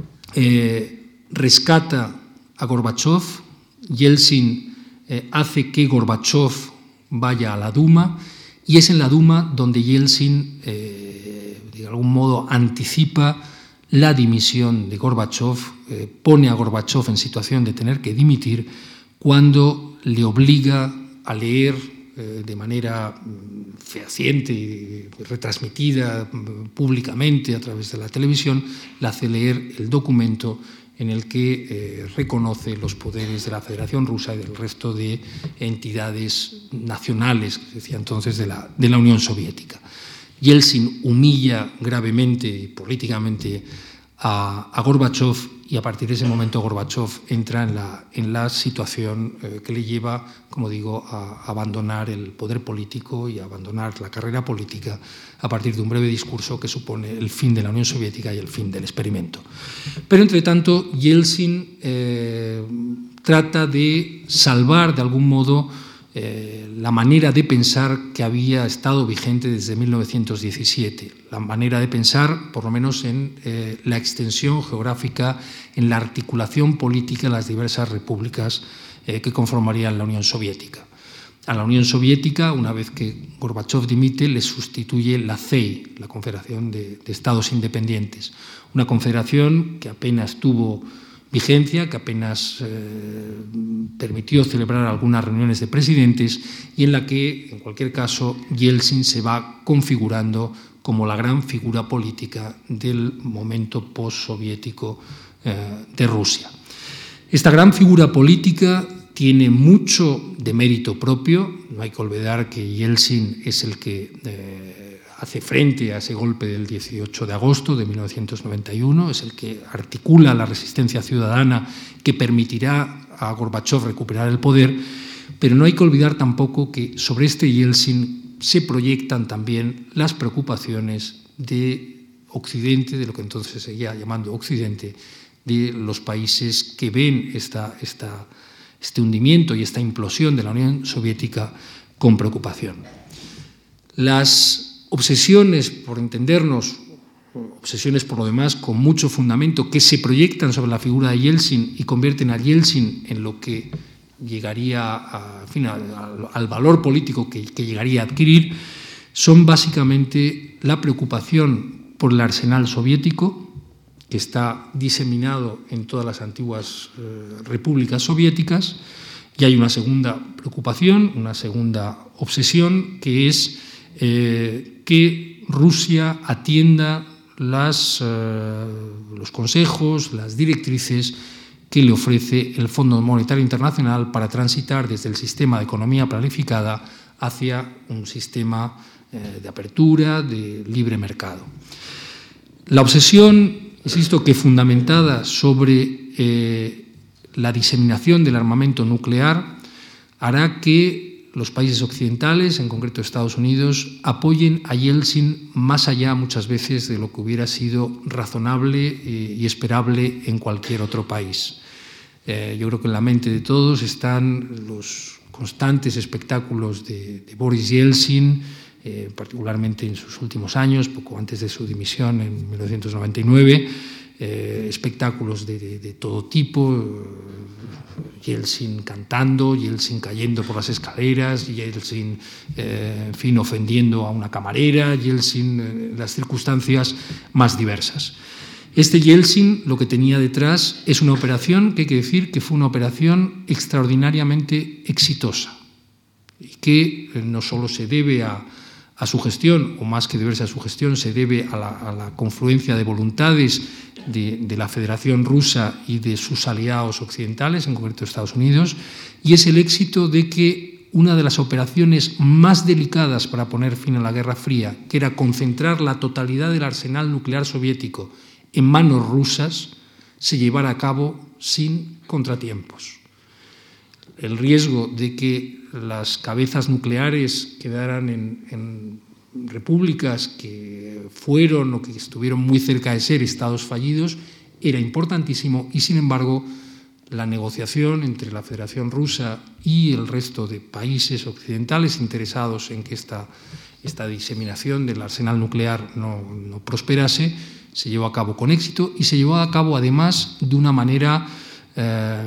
Eh, rescata a Gorbachov, Yeltsin eh, hace que Gorbachov vaya a la Duma, y es en la Duma donde Yeltsin eh, de algún modo anticipa la dimisión de Gorbachov, eh, pone a Gorbachov en situación de tener que dimitir cuando le obliga a leer eh, de manera fehaciente y retransmitida públicamente a través de la televisión, le hace leer el documento en el que eh, reconoce los poderes de la Federación Rusa y del resto de entidades nacionales, que se decía entonces, de la, de la Unión Soviética. Yeltsin humilla gravemente y políticamente a, a Gorbachov, y a partir de ese momento Gorbachov entra en la, en la situación eh, que le lleva, como digo, a abandonar el poder político y a abandonar la carrera política a partir de un breve discurso que supone el fin de la Unión Soviética y el fin del experimento. Pero, entre tanto, Yeltsin eh, trata de salvar, de algún modo, Eh, la manera de pensar que había estado vigente desde mil novecientos diecisiete, la manera de pensar, por lo menos en eh, la extensión geográfica, en la articulación política de las diversas repúblicas eh, que conformarían la Unión Soviética. A la Unión Soviética, una vez que Gorbachov dimite, le sustituye la C E I, la Confederación de, de Estados Independientes, una confederación que apenas tuvo vigencia, que apenas eh, permitió celebrar algunas reuniones de presidentes y en la que, en cualquier caso, Yeltsin se va configurando como la gran figura política del momento postsoviético eh, de Rusia. Esta gran figura política tiene mucho de mérito propio. No hay que olvidar que Yeltsin es el que eh, hace frente a ese golpe del dieciocho de agosto de mil novecientos noventa y uno, es el que articula la resistencia ciudadana que permitirá a Gorbachov recuperar el poder, pero no hay que olvidar tampoco que sobre este Yeltsin se proyectan también las preocupaciones de Occidente, de lo que entonces se seguía llamando Occidente, de los países que ven esta, esta, este hundimiento y esta implosión de la Unión Soviética con preocupación. Las obsesiones, por entendernos, obsesiones por lo demás con mucho fundamento, que se proyectan sobre la figura de Yeltsin y convierten a Yeltsin en lo que llegaría a, en fin, al, al valor político que, que llegaría a adquirir, son básicamente la preocupación por el arsenal soviético, que está diseminado en todas las antiguas eh, repúblicas soviéticas, y hay una segunda preocupación, una segunda obsesión, que es eh, que Rusia atienda las, eh, los consejos, las directrices que le ofrece el Fondo Monetario Internacional para transitar desde el sistema de economía planificada hacia un sistema eh, de apertura, de libre mercado. La obsesión, insisto, que fundamentada sobre eh, la diseminación del armamento nuclear, hará que los países occidentales, en concreto Estados Unidos, apoyen a Yeltsin más allá muchas veces de lo que hubiera sido razonable eh, y esperable en cualquier otro país. Eh, yo creo que en la mente de todos están los constantes espectáculos de, de Boris Yeltsin, eh, particularmente en sus últimos años, poco antes de su dimisión en mil novecientos noventa y nueve, eh, espectáculos de, de, de todo tipo, eh, Yeltsin cantando, Yeltsin cayendo por las escaleras, Yeltsin, eh, en fin, ofendiendo a una camarera, Yeltsin en eh, las circunstancias más diversas. Este Yeltsin lo que tenía detrás es una operación que hay que decir que fue una operación extraordinariamente exitosa y que no solo se debe a, a su gestión, o más que deberse a su gestión, se debe a la, a la confluencia de voluntades de, de la Federación Rusa y de sus aliados occidentales, en concreto Estados Unidos, y es el éxito de que una de las operaciones más delicadas para poner fin a la Guerra Fría, que era concentrar la totalidad del arsenal nuclear soviético en manos rusas, se llevara a cabo sin contratiempos. El riesgo de que las cabezas nucleares quedaran en, en repúblicas que fueron o que estuvieron muy cerca de ser estados fallidos era importantísimo y, sin embargo, la negociación entre la Federación Rusa y el resto de países occidentales interesados en que esta, esta diseminación del arsenal nuclear no, no prosperase se llevó a cabo con éxito y se llevó a cabo además de una manera eh,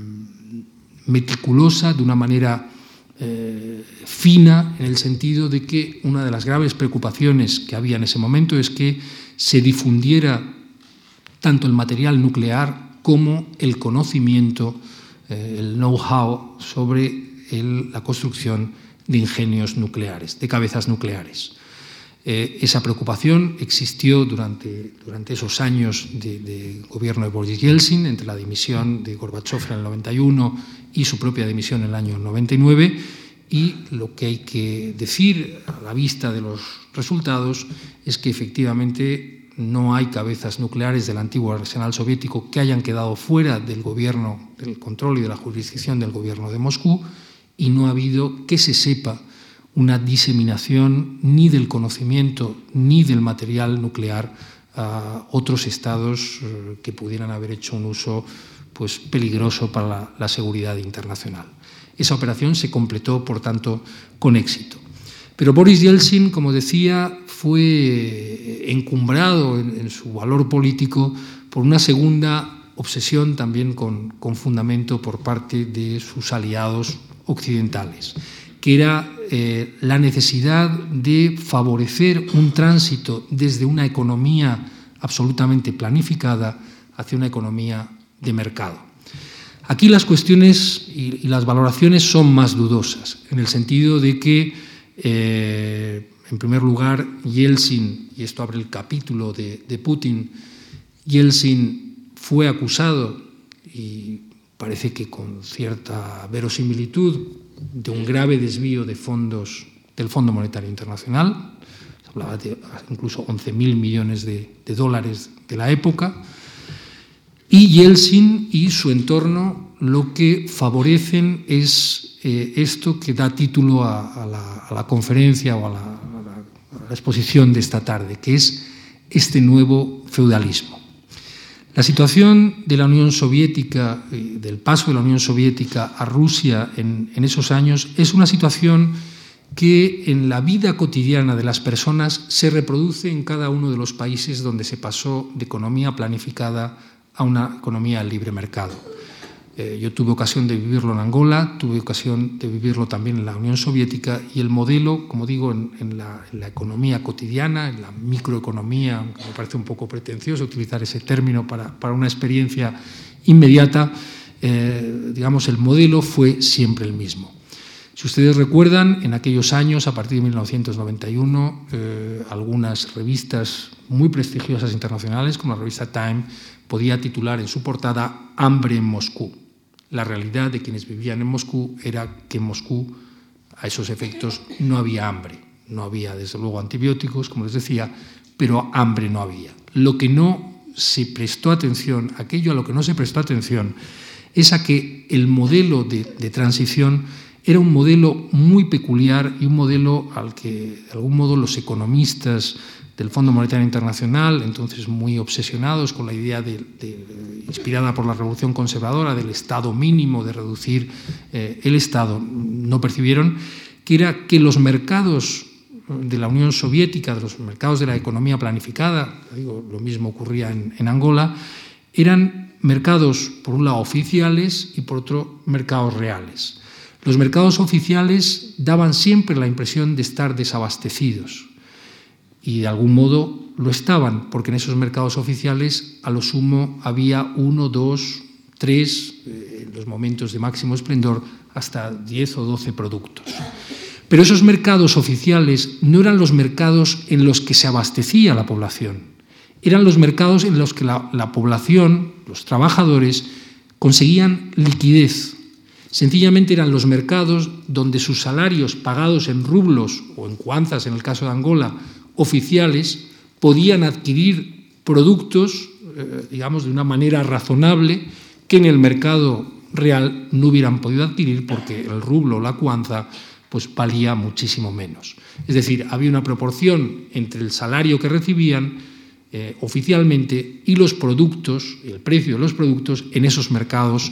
meticulosa, de una manera eh, fina, en el sentido de que una de las graves preocupaciones que había en ese momento es que se difundiera tanto el material nuclear como el conocimiento, eh, el know-how sobre el, la construcción de ingenios nucleares, de cabezas nucleares. Eh, esa preocupación existió durante, durante esos años de, de gobierno de Boris Yeltsin, entre la dimisión de Gorbachov en el noventa y uno y su propia dimisión en el año noventa y nueve, y lo que hay que decir a la vista de los resultados es que efectivamente no hay cabezas nucleares del antiguo arsenal soviético que hayan quedado fuera del gobierno, del control y de la jurisdicción del gobierno de Moscú, y no ha habido, que se sepa, una diseminación ni del conocimiento ni del material nuclear a otros estados que pudieran haber hecho un uso pues, peligroso para la, la seguridad internacional. Esa operación se completó, por tanto, con éxito. Pero Boris Yeltsin, como decía, fue encumbrado en, en su valor político por una segunda obsesión también con, con fundamento por parte de sus aliados occidentales, que era eh, la necesidad de favorecer un tránsito desde una economía absolutamente planificada hacia una economía de mercado. Aquí las cuestiones y, y las valoraciones son más dudosas, en el sentido de que, eh, en primer lugar, Yeltsin, y esto abre el capítulo de, de Putin, Yeltsin fue acusado, y parece que con cierta verosimilitud, de un grave desvío de fondos del Fondo Monetario Internacional. Se hablaba de incluso once mil millones de, de dólares de la época. Y Yeltsin y su entorno lo que favorecen es eh, esto que da título a, a, la, a la conferencia o a la, a, la, a la exposición de esta tarde, que es este nuevo feudalismo. La situación de la Unión Soviética, del paso de la Unión Soviética a Rusia en, en esos años, es una situación que en la vida cotidiana de las personas se reproduce en cada uno de los países donde se pasó de economía planificada a una economía de libre mercado. Eh, yo tuve ocasión de vivirlo en Angola, tuve ocasión de vivirlo también en la Unión Soviética, y el modelo, como digo, en, en, la, en la economía cotidiana, en la microeconomía, aunque me parece un poco pretencioso utilizar ese término para, para una experiencia inmediata, eh, digamos, el modelo fue siempre el mismo. Si ustedes recuerdan, en aquellos años, a partir de mil novecientos noventa y uno, eh, algunas revistas muy prestigiosas internacionales, como la revista Time, podía titular en su portada «Hambre en Moscú». La realidad de quienes vivían en Moscú era que en Moscú, a esos efectos, no había hambre. No había, desde luego, antibióticos, como les decía, pero hambre no había. Lo que no se prestó atención, aquello a lo que no se prestó atención, es a que el modelo de, de transición era un modelo muy peculiar y un modelo al que, de algún modo, los economistas del Fondo Monetario Internacional, entonces muy obsesionados con la idea de, de, inspirada por la Revolución Conservadora del Estado mínimo, de reducir eh, el Estado, no percibieron que era que los mercados de la Unión Soviética, de los mercados de la economía planificada, digo, lo mismo ocurría en, en Angola, eran mercados, por un lado, oficiales y, por otro, mercados reales. Los mercados oficiales daban siempre la impresión de estar desabastecidos. Y de algún modo lo estaban, porque en esos mercados oficiales a lo sumo había uno, dos, tres, eh, en los momentos de máximo esplendor, hasta diez o doce productos. Pero esos mercados oficiales no eran los mercados en los que se abastecía la población, eran los mercados en los que la, la población, los trabajadores, conseguían liquidez. Sencillamente eran los mercados donde sus salarios pagados en rublos o en kwanzas, en el caso de Angola, oficiales, podían adquirir productos, eh, digamos, de una manera razonable que en el mercado real no hubieran podido adquirir porque el rublo o la kwanza pues valía muchísimo menos. Es decir, había una proporción entre el salario que recibían eh, oficialmente y los productos, el precio de los productos en esos mercados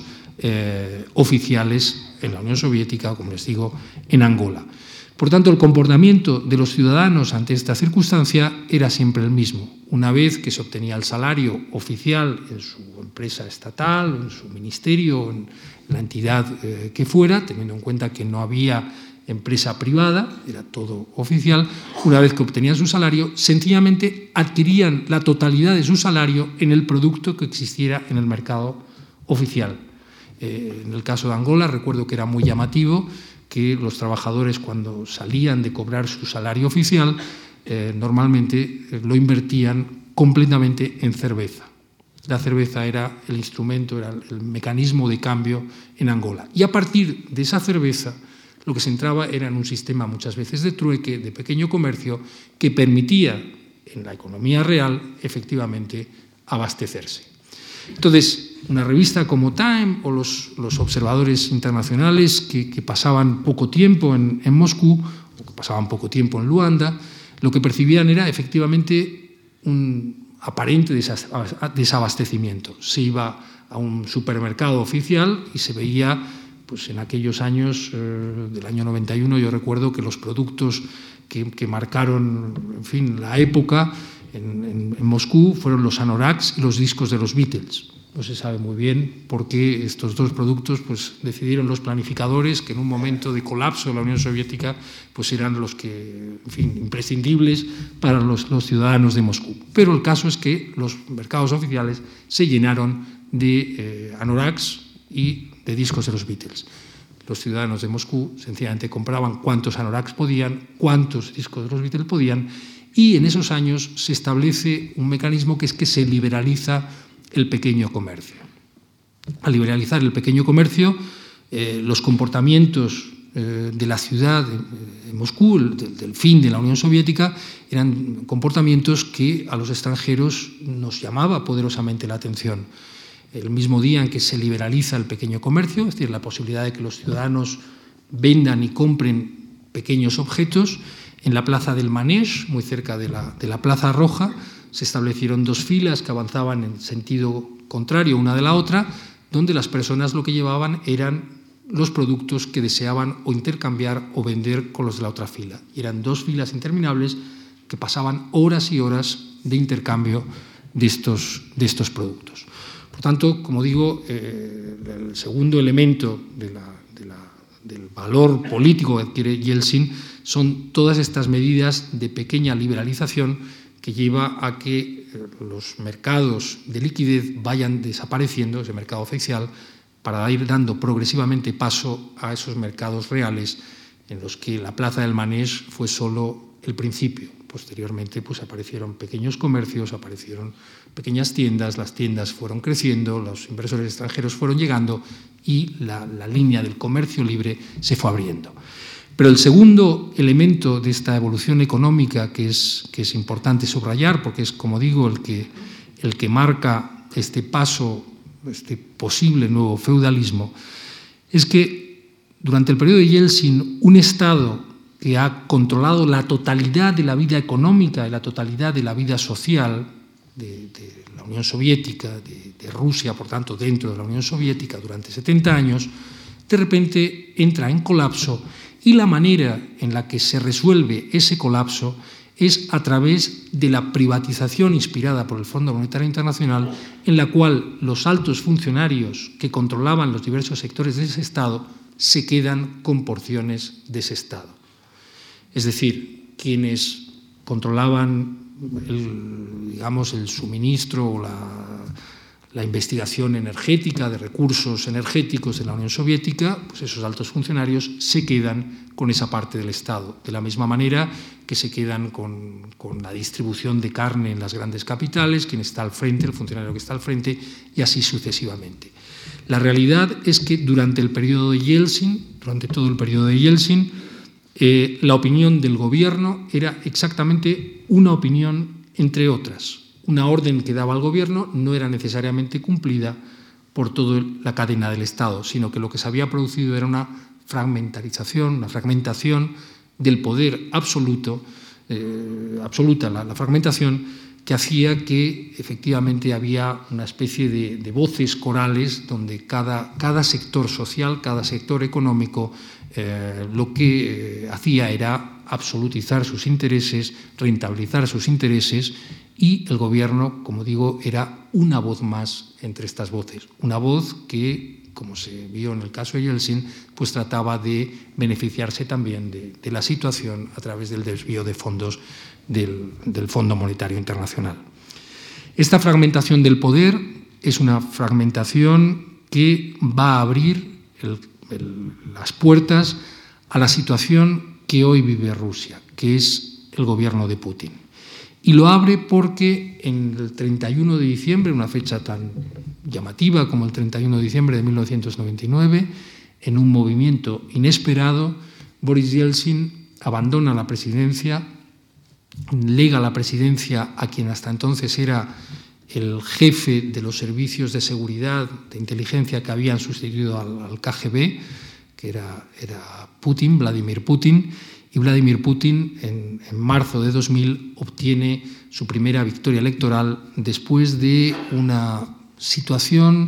eh, oficiales en la Unión Soviética, como les digo, en Angola. Por tanto, el comportamiento de los ciudadanos ante esta circunstancia era siempre el mismo. Una vez que se obtenía el salario oficial en su empresa estatal, en su ministerio, en la entidad eh, que fuera, teniendo en cuenta que no había empresa privada, era todo oficial, una vez que obtenían su salario, sencillamente adquirían la totalidad de su salario en el producto que existiera en el mercado oficial. Eh, en el caso de Angola, recuerdo que era muy llamativo que los trabajadores, cuando salían de cobrar su salario oficial, eh, normalmente eh, lo invertían completamente en cerveza. La cerveza era el instrumento, era el mecanismo de cambio en Angola. Y a partir de esa cerveza, lo que se entraba era en un sistema muchas veces de trueque, de pequeño comercio, que permitía en la economía real, efectivamente, abastecerse. Entonces, una revista como Time o los, los observadores internacionales que, que pasaban poco tiempo en, en Moscú o que pasaban poco tiempo en Luanda, lo que percibían era efectivamente un aparente desabastecimiento. Se iba a un supermercado oficial y se veía, pues en aquellos años eh, del año noventa y uno, yo recuerdo que los productos que, que marcaron, en fin, la época en, en, en Moscú fueron los anoraks y los discos de los Beatles. No se sabe muy bien por qué estos dos productos pues, decidieron los planificadores que en un momento de colapso de la Unión Soviética pues, eran los que, en fin, imprescindibles para los, los ciudadanos de Moscú. Pero el caso es que los mercados oficiales se llenaron de eh, anoraks y de discos de los Beatles. Los ciudadanos de Moscú sencillamente compraban cuantos anoraks podían, cuantos discos de los Beatles podían, y en esos años se establece un mecanismo que es que se liberaliza el pequeño comercio. Al liberalizar el pequeño comercio, eh, los comportamientos eh, de la ciudad de, de Moscú, el, del, del fin de la Unión Soviética, eran comportamientos que a los extranjeros nos llamaba poderosamente la atención. El mismo día en que se liberaliza el pequeño comercio, es decir, la posibilidad de que los ciudadanos vendan y compren pequeños objetos, en la plaza del Manege, muy cerca de la, de la Plaza Roja, se establecieron dos filas que avanzaban en sentido contrario una de la otra, donde las personas lo que llevaban eran los productos que deseaban o intercambiar o vender con los de la otra fila. Y eran dos filas interminables que pasaban horas y horas de intercambio de estos, de estos productos. Por tanto, como digo, eh, el segundo elemento de la, de la, del valor político que adquiere Yeltsin son todas estas medidas de pequeña liberalización que lleva a que los mercados de liquidez vayan desapareciendo, ese mercado oficial, para ir dando progresivamente paso a esos mercados reales en los que la plaza del Manege fue solo el principio. Posteriormente pues, aparecieron pequeños comercios, aparecieron pequeñas tiendas, las tiendas fueron creciendo, los inversores extranjeros fueron llegando y la, la línea del comercio libre se fue abriendo. Pero el segundo elemento de esta evolución económica que es, que es importante subrayar, porque es, como digo, el que, el que marca este paso, este posible nuevo feudalismo, es que durante el periodo de Yeltsin, un Estado que ha controlado la totalidad de la vida económica y la totalidad de la vida social de, de la Unión Soviética, de, de Rusia, por tanto, dentro de la Unión Soviética durante setenta años, de repente entra en colapso. Y la manera en la que se resuelve ese colapso es a través de la privatización inspirada por el Fondo Monetario Internacional, en la cual los altos funcionarios que controlaban los diversos sectores de ese Estado se quedan con porciones de ese Estado. Es decir, quienes controlaban el, digamos, el suministro o la la investigación energética de recursos energéticos de la Unión Soviética, pues esos altos funcionarios se quedan con esa parte del Estado, de la misma manera que se quedan con, con la distribución de carne en las grandes capitales, quien está al frente, el funcionario que está al frente, y así sucesivamente. La realidad es que durante el periodo de Yeltsin, durante todo el periodo de Yeltsin, eh, la opinión del gobierno era exactamente una opinión entre otras. Una orden que daba al gobierno no era necesariamente cumplida por toda la cadena del Estado, sino que lo que se había producido era una fragmentarización, una fragmentación del poder absoluto, eh, absoluta, la, la fragmentación que hacía que efectivamente había una especie de, de voces corales donde cada, cada sector social, cada sector económico, eh, lo que eh, hacía era absolutizar sus intereses, rentabilizar sus intereses, y el gobierno, como digo, era una voz más entre estas voces. Una voz que, como se vio en el caso de Yeltsin, pues trataba de beneficiarse también de, de la situación a través del desvío de fondos del, del Fondo Monetario Internacional. Esta fragmentación del poder es una fragmentación que va a abrir el, el, las puertas a la situación que hoy vive Rusia, que es el gobierno de Putin. Y lo abre porque en el treinta y uno de diciembre, una fecha tan llamativa como el treinta y uno de diciembre de mil novecientos noventa y nueve, en un movimiento inesperado, Boris Yeltsin abandona la presidencia, lega la presidencia a quien hasta entonces era el jefe de los servicios de seguridad, de inteligencia que habían sustituido al, al K G B, que era, era Putin, Vladimir Putin, y Vladimir Putin en, en marzo de dos mil obtiene su primera victoria electoral después de una situación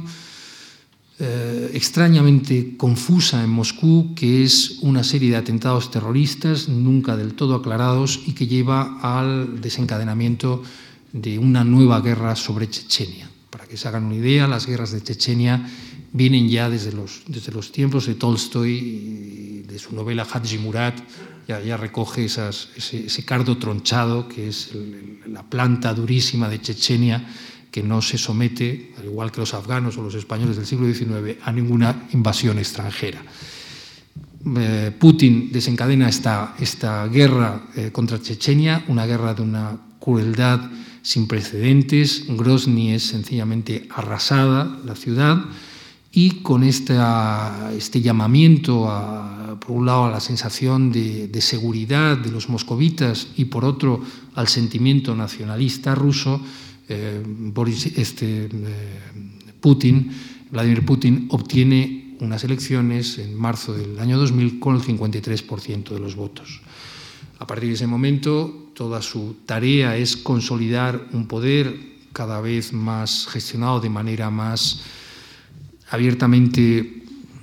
eh, extrañamente confusa en Moscú, que es una serie de atentados terroristas nunca del todo aclarados y que lleva al desencadenamiento de una nueva guerra sobre Chechenia. Para Para que se hagan una idea, las guerras de Chechenia vienen ya desde los, desde los tiempos de Tolstoy y de su novela Hadji Murat, ya, ya recoge esas, ese, ese cardo tronchado que es el, la planta durísima de Chechenia, que no se somete, al igual que los afganos o los españoles del siglo diecinueve, a ninguna invasión extranjera. Eh, Putin desencadena esta, esta guerra eh, contra Chechenia, una guerra de una crueldad sin precedentes. Grozny es sencillamente arrasada, la ciudad, y con esta, este llamamiento, a, por un lado, a la sensación de, de seguridad de los moscovitas y, por otro, al sentimiento nacionalista ruso, eh, Boris, este, eh, Putin, Vladimir Putin obtiene unas elecciones en marzo del año dos mil con el cincuenta y tres por ciento de los votos. A partir de ese momento, toda su tarea es consolidar un poder cada vez más gestionado de manera más abiertamente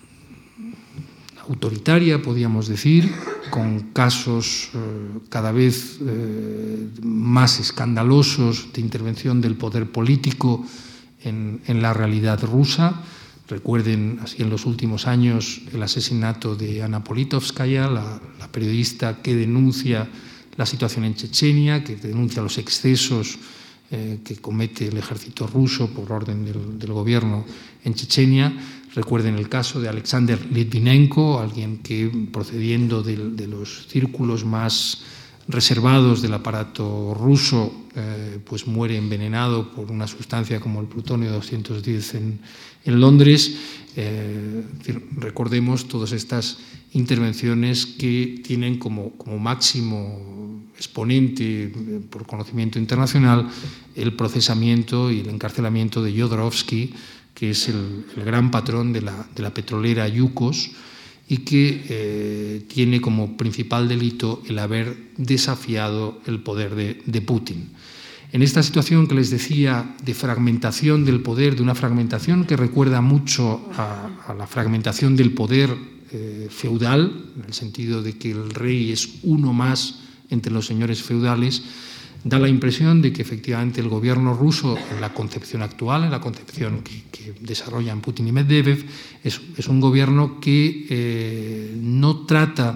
autoritaria, podríamos decir, con casos eh, cada vez eh, más escandalosos de intervención del poder político en, en la realidad rusa. Recuerden, así en los últimos años, el asesinato de Ana Politkovskaya, la, la periodista que denuncia la situación en Chechenia, que denuncia los excesos eh, que comete el ejército ruso por orden del, del gobierno en Chechenia. Recuerden el caso de Alexander Litvinenko, alguien que, procediendo de, de los círculos más reservados del aparato ruso, eh, pues muere envenenado por una sustancia como el plutonio doscientos diez en, en Londres. Eh, recordemos todas estas intervenciones que tienen como, como máximo exponente eh, por conocimiento internacional el procesamiento y el encarcelamiento de Jodorowsky, que es el, el gran patrón de la, de la petrolera Yukos, y que eh, tiene como principal delito el haber desafiado el poder de, de Putin. En esta situación que les decía de fragmentación del poder, de una fragmentación que recuerda mucho a, a la fragmentación del poder eh, feudal, en el sentido de que el rey es uno más entre los señores feudales, da la impresión de que efectivamente el gobierno ruso, en la concepción actual, en la concepción que, que desarrollan Putin y Medvedev, es, es un gobierno que eh, no trata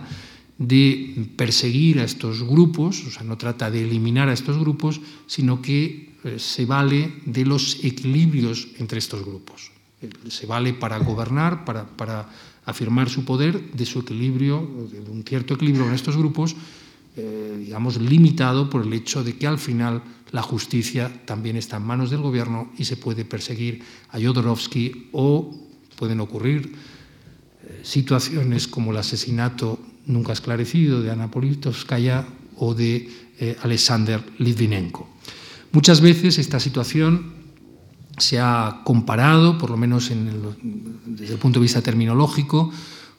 de perseguir a estos grupos, o sea, no trata de eliminar a estos grupos, sino que eh, se vale de los equilibrios entre estos grupos. Eh, se vale para gobernar, para, para afirmar su poder, de su equilibrio, de un cierto equilibrio en estos grupos, Eh, digamos, limitado por el hecho de que al final la justicia también está en manos del gobierno y se puede perseguir a Jodorowsky, o pueden ocurrir eh, situaciones como el asesinato nunca esclarecido de Ana Politkovskaya o de eh, Alexander Litvinenko. Muchas veces esta situación se ha comparado, por lo menos en el, desde el punto de vista terminológico,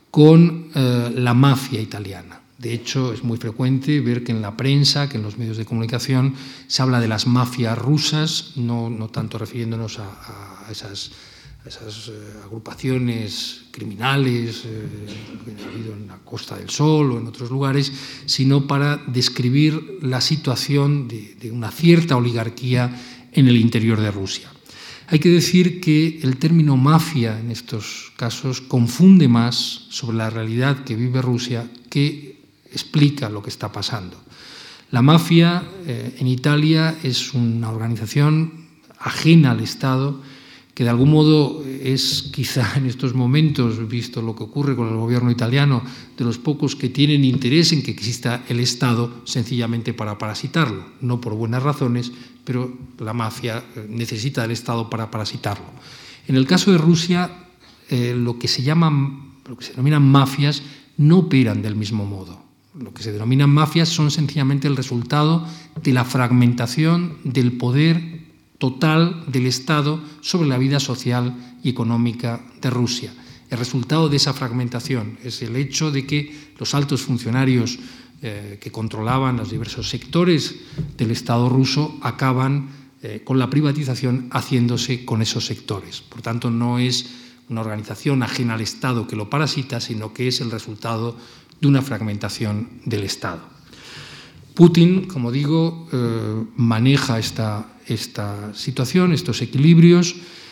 con eh, la mafia italiana. De hecho, es muy frecuente ver que en la prensa, que en los medios de comunicación, se habla de las mafias rusas, no, no tanto refiriéndonos a, a esas, a esas eh, agrupaciones criminales eh, que ha habido en la Costa del Sol o en otros lugares, sino para describir la situación de, de una cierta oligarquía en el interior de Rusia. Hay que decir que el término mafia en estos casos confunde más sobre la realidad que vive Rusia que explica lo que está pasando. La mafia eh, en Italia es una organización ajena al Estado, que de algún modo es quizá en estos momentos, visto lo que ocurre con el gobierno italiano, de los pocos que tienen interés en que exista el Estado sencillamente para parasitarlo, no por buenas razones, pero la mafia necesita del Estado para parasitarlo. En el caso de Rusia, eh, lo que se llaman, lo que se denominan mafias no operan del mismo modo. Lo que se denominan mafias son sencillamente el resultado de la fragmentación del poder total del Estado sobre la vida social y económica de Rusia. El resultado de esa fragmentación es el hecho de que los altos funcionarios eh, que controlaban los diversos sectores del Estado ruso acaban eh, con la privatización haciéndose con esos sectores. Por tanto, no es una organización ajena al Estado que lo parasita, sino que es el resultado de una fragmentación del Estado. Putin, como digo, eh, maneja esta, esta situación, estos equilibrios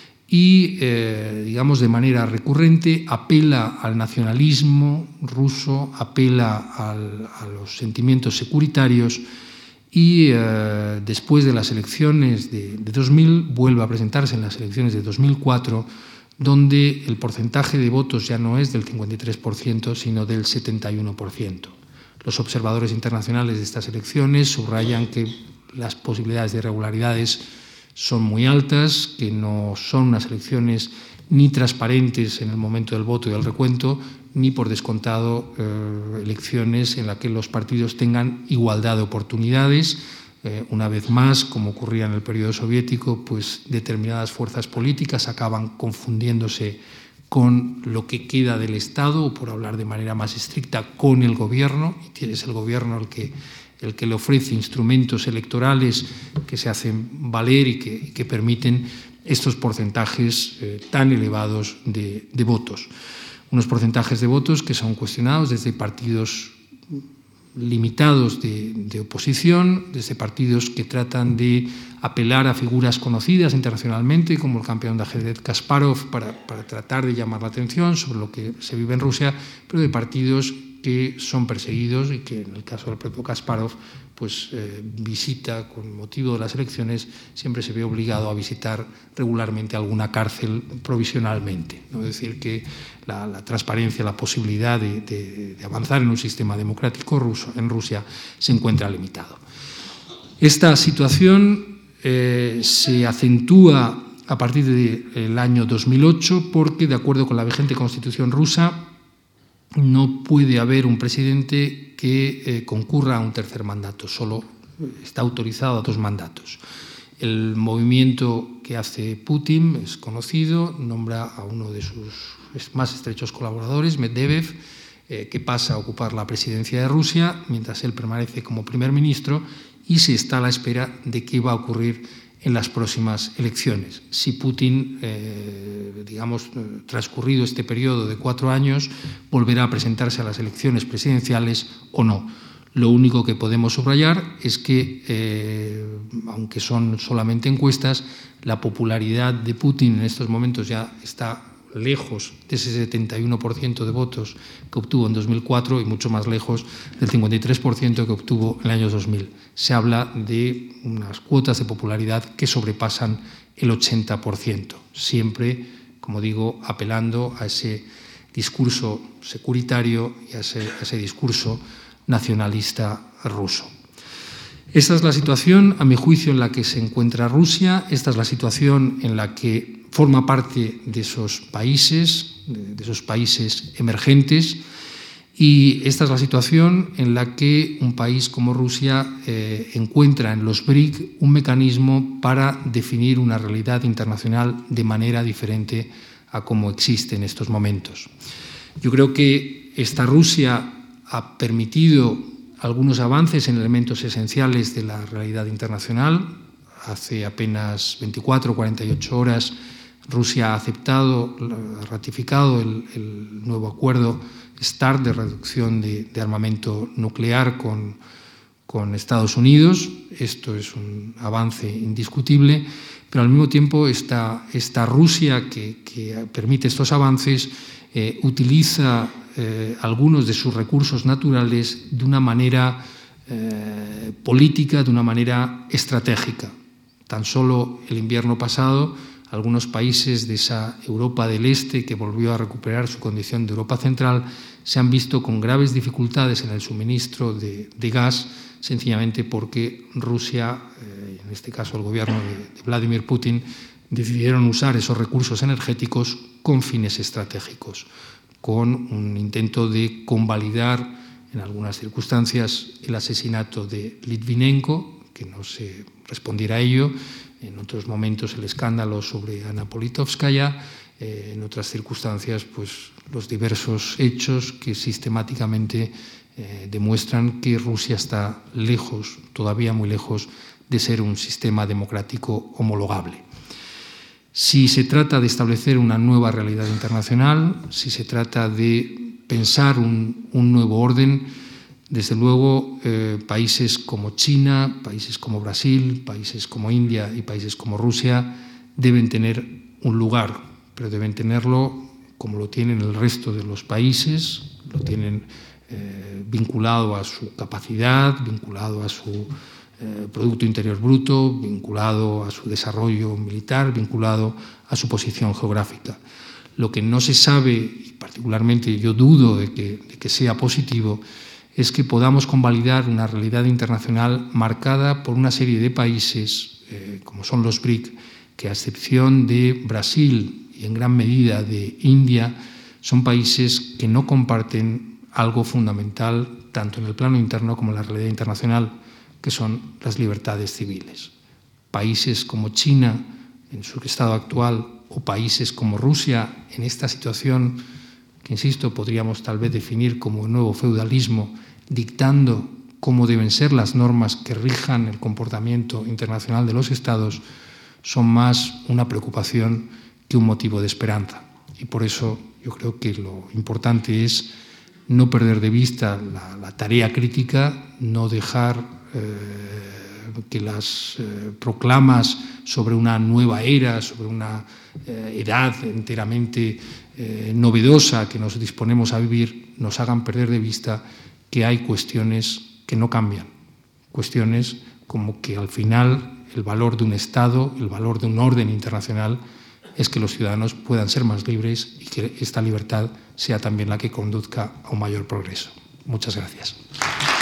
y, eh, digamos, de manera recurrente apela al nacionalismo ruso, apela al, a los sentimientos securitarios y eh, después de las elecciones de, de dos mil vuelve a presentarse en las elecciones de dos mil cuatro, donde el porcentaje de votos ya no es del cincuenta y tres por ciento, sino del setenta y uno por ciento. Los observadores internacionales de estas elecciones subrayan que las posibilidades de irregularidades son muy altas, que no son unas elecciones ni transparentes en el momento del voto y del recuento, ni por descontado eh, elecciones en las que los partidos tengan igualdad de oportunidades. Eh, una vez más, como ocurría en el periodo soviético, pues determinadas fuerzas políticas acaban confundiéndose con lo que queda del Estado, o por hablar de manera más estricta, con el gobierno, y es el gobierno el que, el que le ofrece instrumentos electorales que se hacen valer y que, que permiten estos porcentajes eh, tan elevados de, de votos. Unos porcentajes de votos que son cuestionados desde partidos limitados de, de oposición, desde partidos que tratan de apelar a figuras conocidas internacionalmente, como el campeón de ajedrez Kasparov, para, para tratar de llamar la atención sobre lo que se vive en Rusia, pero de partidos que son perseguidos y que, en el caso del propio Kasparov, pues eh, visita, con motivo de las elecciones, siempre se ve obligado a visitar regularmente alguna cárcel provisionalmente, ¿no? Es decir, que la, la transparencia, la posibilidad de, de, de avanzar en un sistema democrático ruso en Rusia se encuentra limitado. Esta situación eh, se acentúa a partir del año dos mil ocho porque, de acuerdo con la vigente constitución rusa, no puede haber un presidente que eh, concurra a un tercer mandato, solo está autorizado a dos mandatos. El movimiento que hace Putin es conocido, nombra a uno de sus más estrechos colaboradores, Medvedev, eh, que pasa a ocupar la presidencia de Rusia, mientras él permanece como primer ministro, y se está a la espera de qué va a ocurrir en las próximas elecciones. Si Putin, eh, digamos, transcurrido este periodo de cuatro años, volverá a presentarse a las elecciones presidenciales o no. Lo único que podemos subrayar es que, eh, aunque son solamente encuestas, la popularidad de Putin en estos momentos ya está lejos de ese setenta y uno por ciento de votos que obtuvo en dos mil cuatro y mucho más lejos del cincuenta y tres por ciento que obtuvo en el año dos mil. Se habla de unas cuotas de popularidad que sobrepasan el ochenta por ciento, siempre, como digo, apelando a ese discurso securitario y a ese, a ese discurso nacionalista ruso. Esta es la situación, a mi juicio, en la que se encuentra Rusia. Esta es la situación en la que forma parte de esos países, de esos países emergentes, y esta es la situación en la que un país como Rusia eh, encuentra en los B R I C un mecanismo para definir una realidad internacional de manera diferente a como existe en estos momentos. Yo creo que esta Rusia ha permitido algunos avances en elementos esenciales de la realidad internacional. Hace apenas veinticuatro o cuarenta y ocho horas Rusia ha aceptado, ha ratificado el, el nuevo acuerdo START de reducción de, de armamento nuclear con, con Estados Unidos. Esto es un avance indiscutible, pero al mismo tiempo esta, esta Rusia que, que permite estos avances eh, utiliza eh, algunos de sus recursos naturales de una manera eh, política, de una manera estratégica. Tan solo el invierno pasado, algunos países de esa Europa del Este, que volvió a recuperar su condición de Europa Central, se han visto con graves dificultades en el suministro de, de gas, sencillamente porque Rusia, eh, en este caso el gobierno de, de Vladimir Putin, decidieron usar esos recursos energéticos con fines estratégicos, con un intento de convalidar en algunas circunstancias el asesinato de Litvinenko, que no se respondiera a ello, en otros momentos el escándalo sobre Ana Politkovskaya, eh, en otras circunstancias pues, los diversos hechos que sistemáticamente eh, demuestran que Rusia está lejos, todavía muy lejos, de ser un sistema democrático homologable. Si se trata de establecer una nueva realidad internacional, si se trata de pensar un, un nuevo orden, Desde luego, eh, países como China, países como Brasil, países como India y países como Rusia deben tener un lugar, pero deben tenerlo como lo tienen el resto de los países, lo tienen eh, vinculado a su capacidad, vinculado a su eh, Producto Interior Bruto, vinculado a su desarrollo militar, vinculado a su posición geográfica. Lo que no se sabe, y particularmente yo dudo de que, de que sea positivo, es que podamos convalidar una realidad internacional marcada por una serie de países, eh, como son los B R I C, que a excepción de Brasil y en gran medida de India, son países que no comparten algo fundamental tanto en el plano interno como en la realidad internacional, que son las libertades civiles. Países como China, en su estado actual, o países como Rusia, en esta situación que, insisto, podríamos tal vez definir como un nuevo feudalismo, dictando cómo deben ser las normas que rijan el comportamiento internacional de los Estados, son más una preocupación que un motivo de esperanza. Y por eso yo creo que lo importante es no perder de vista la, la tarea crítica, no dejar eh, que las eh, proclamas sobre una nueva era, sobre una eh, edad enteramente eh, novedosa que nos disponemos a vivir, nos hagan perder de vista que hay cuestiones que no cambian, cuestiones como que al final el valor de un Estado, el valor de un orden internacional es que los ciudadanos puedan ser más libres y que esta libertad sea también la que conduzca a un mayor progreso. Muchas gracias.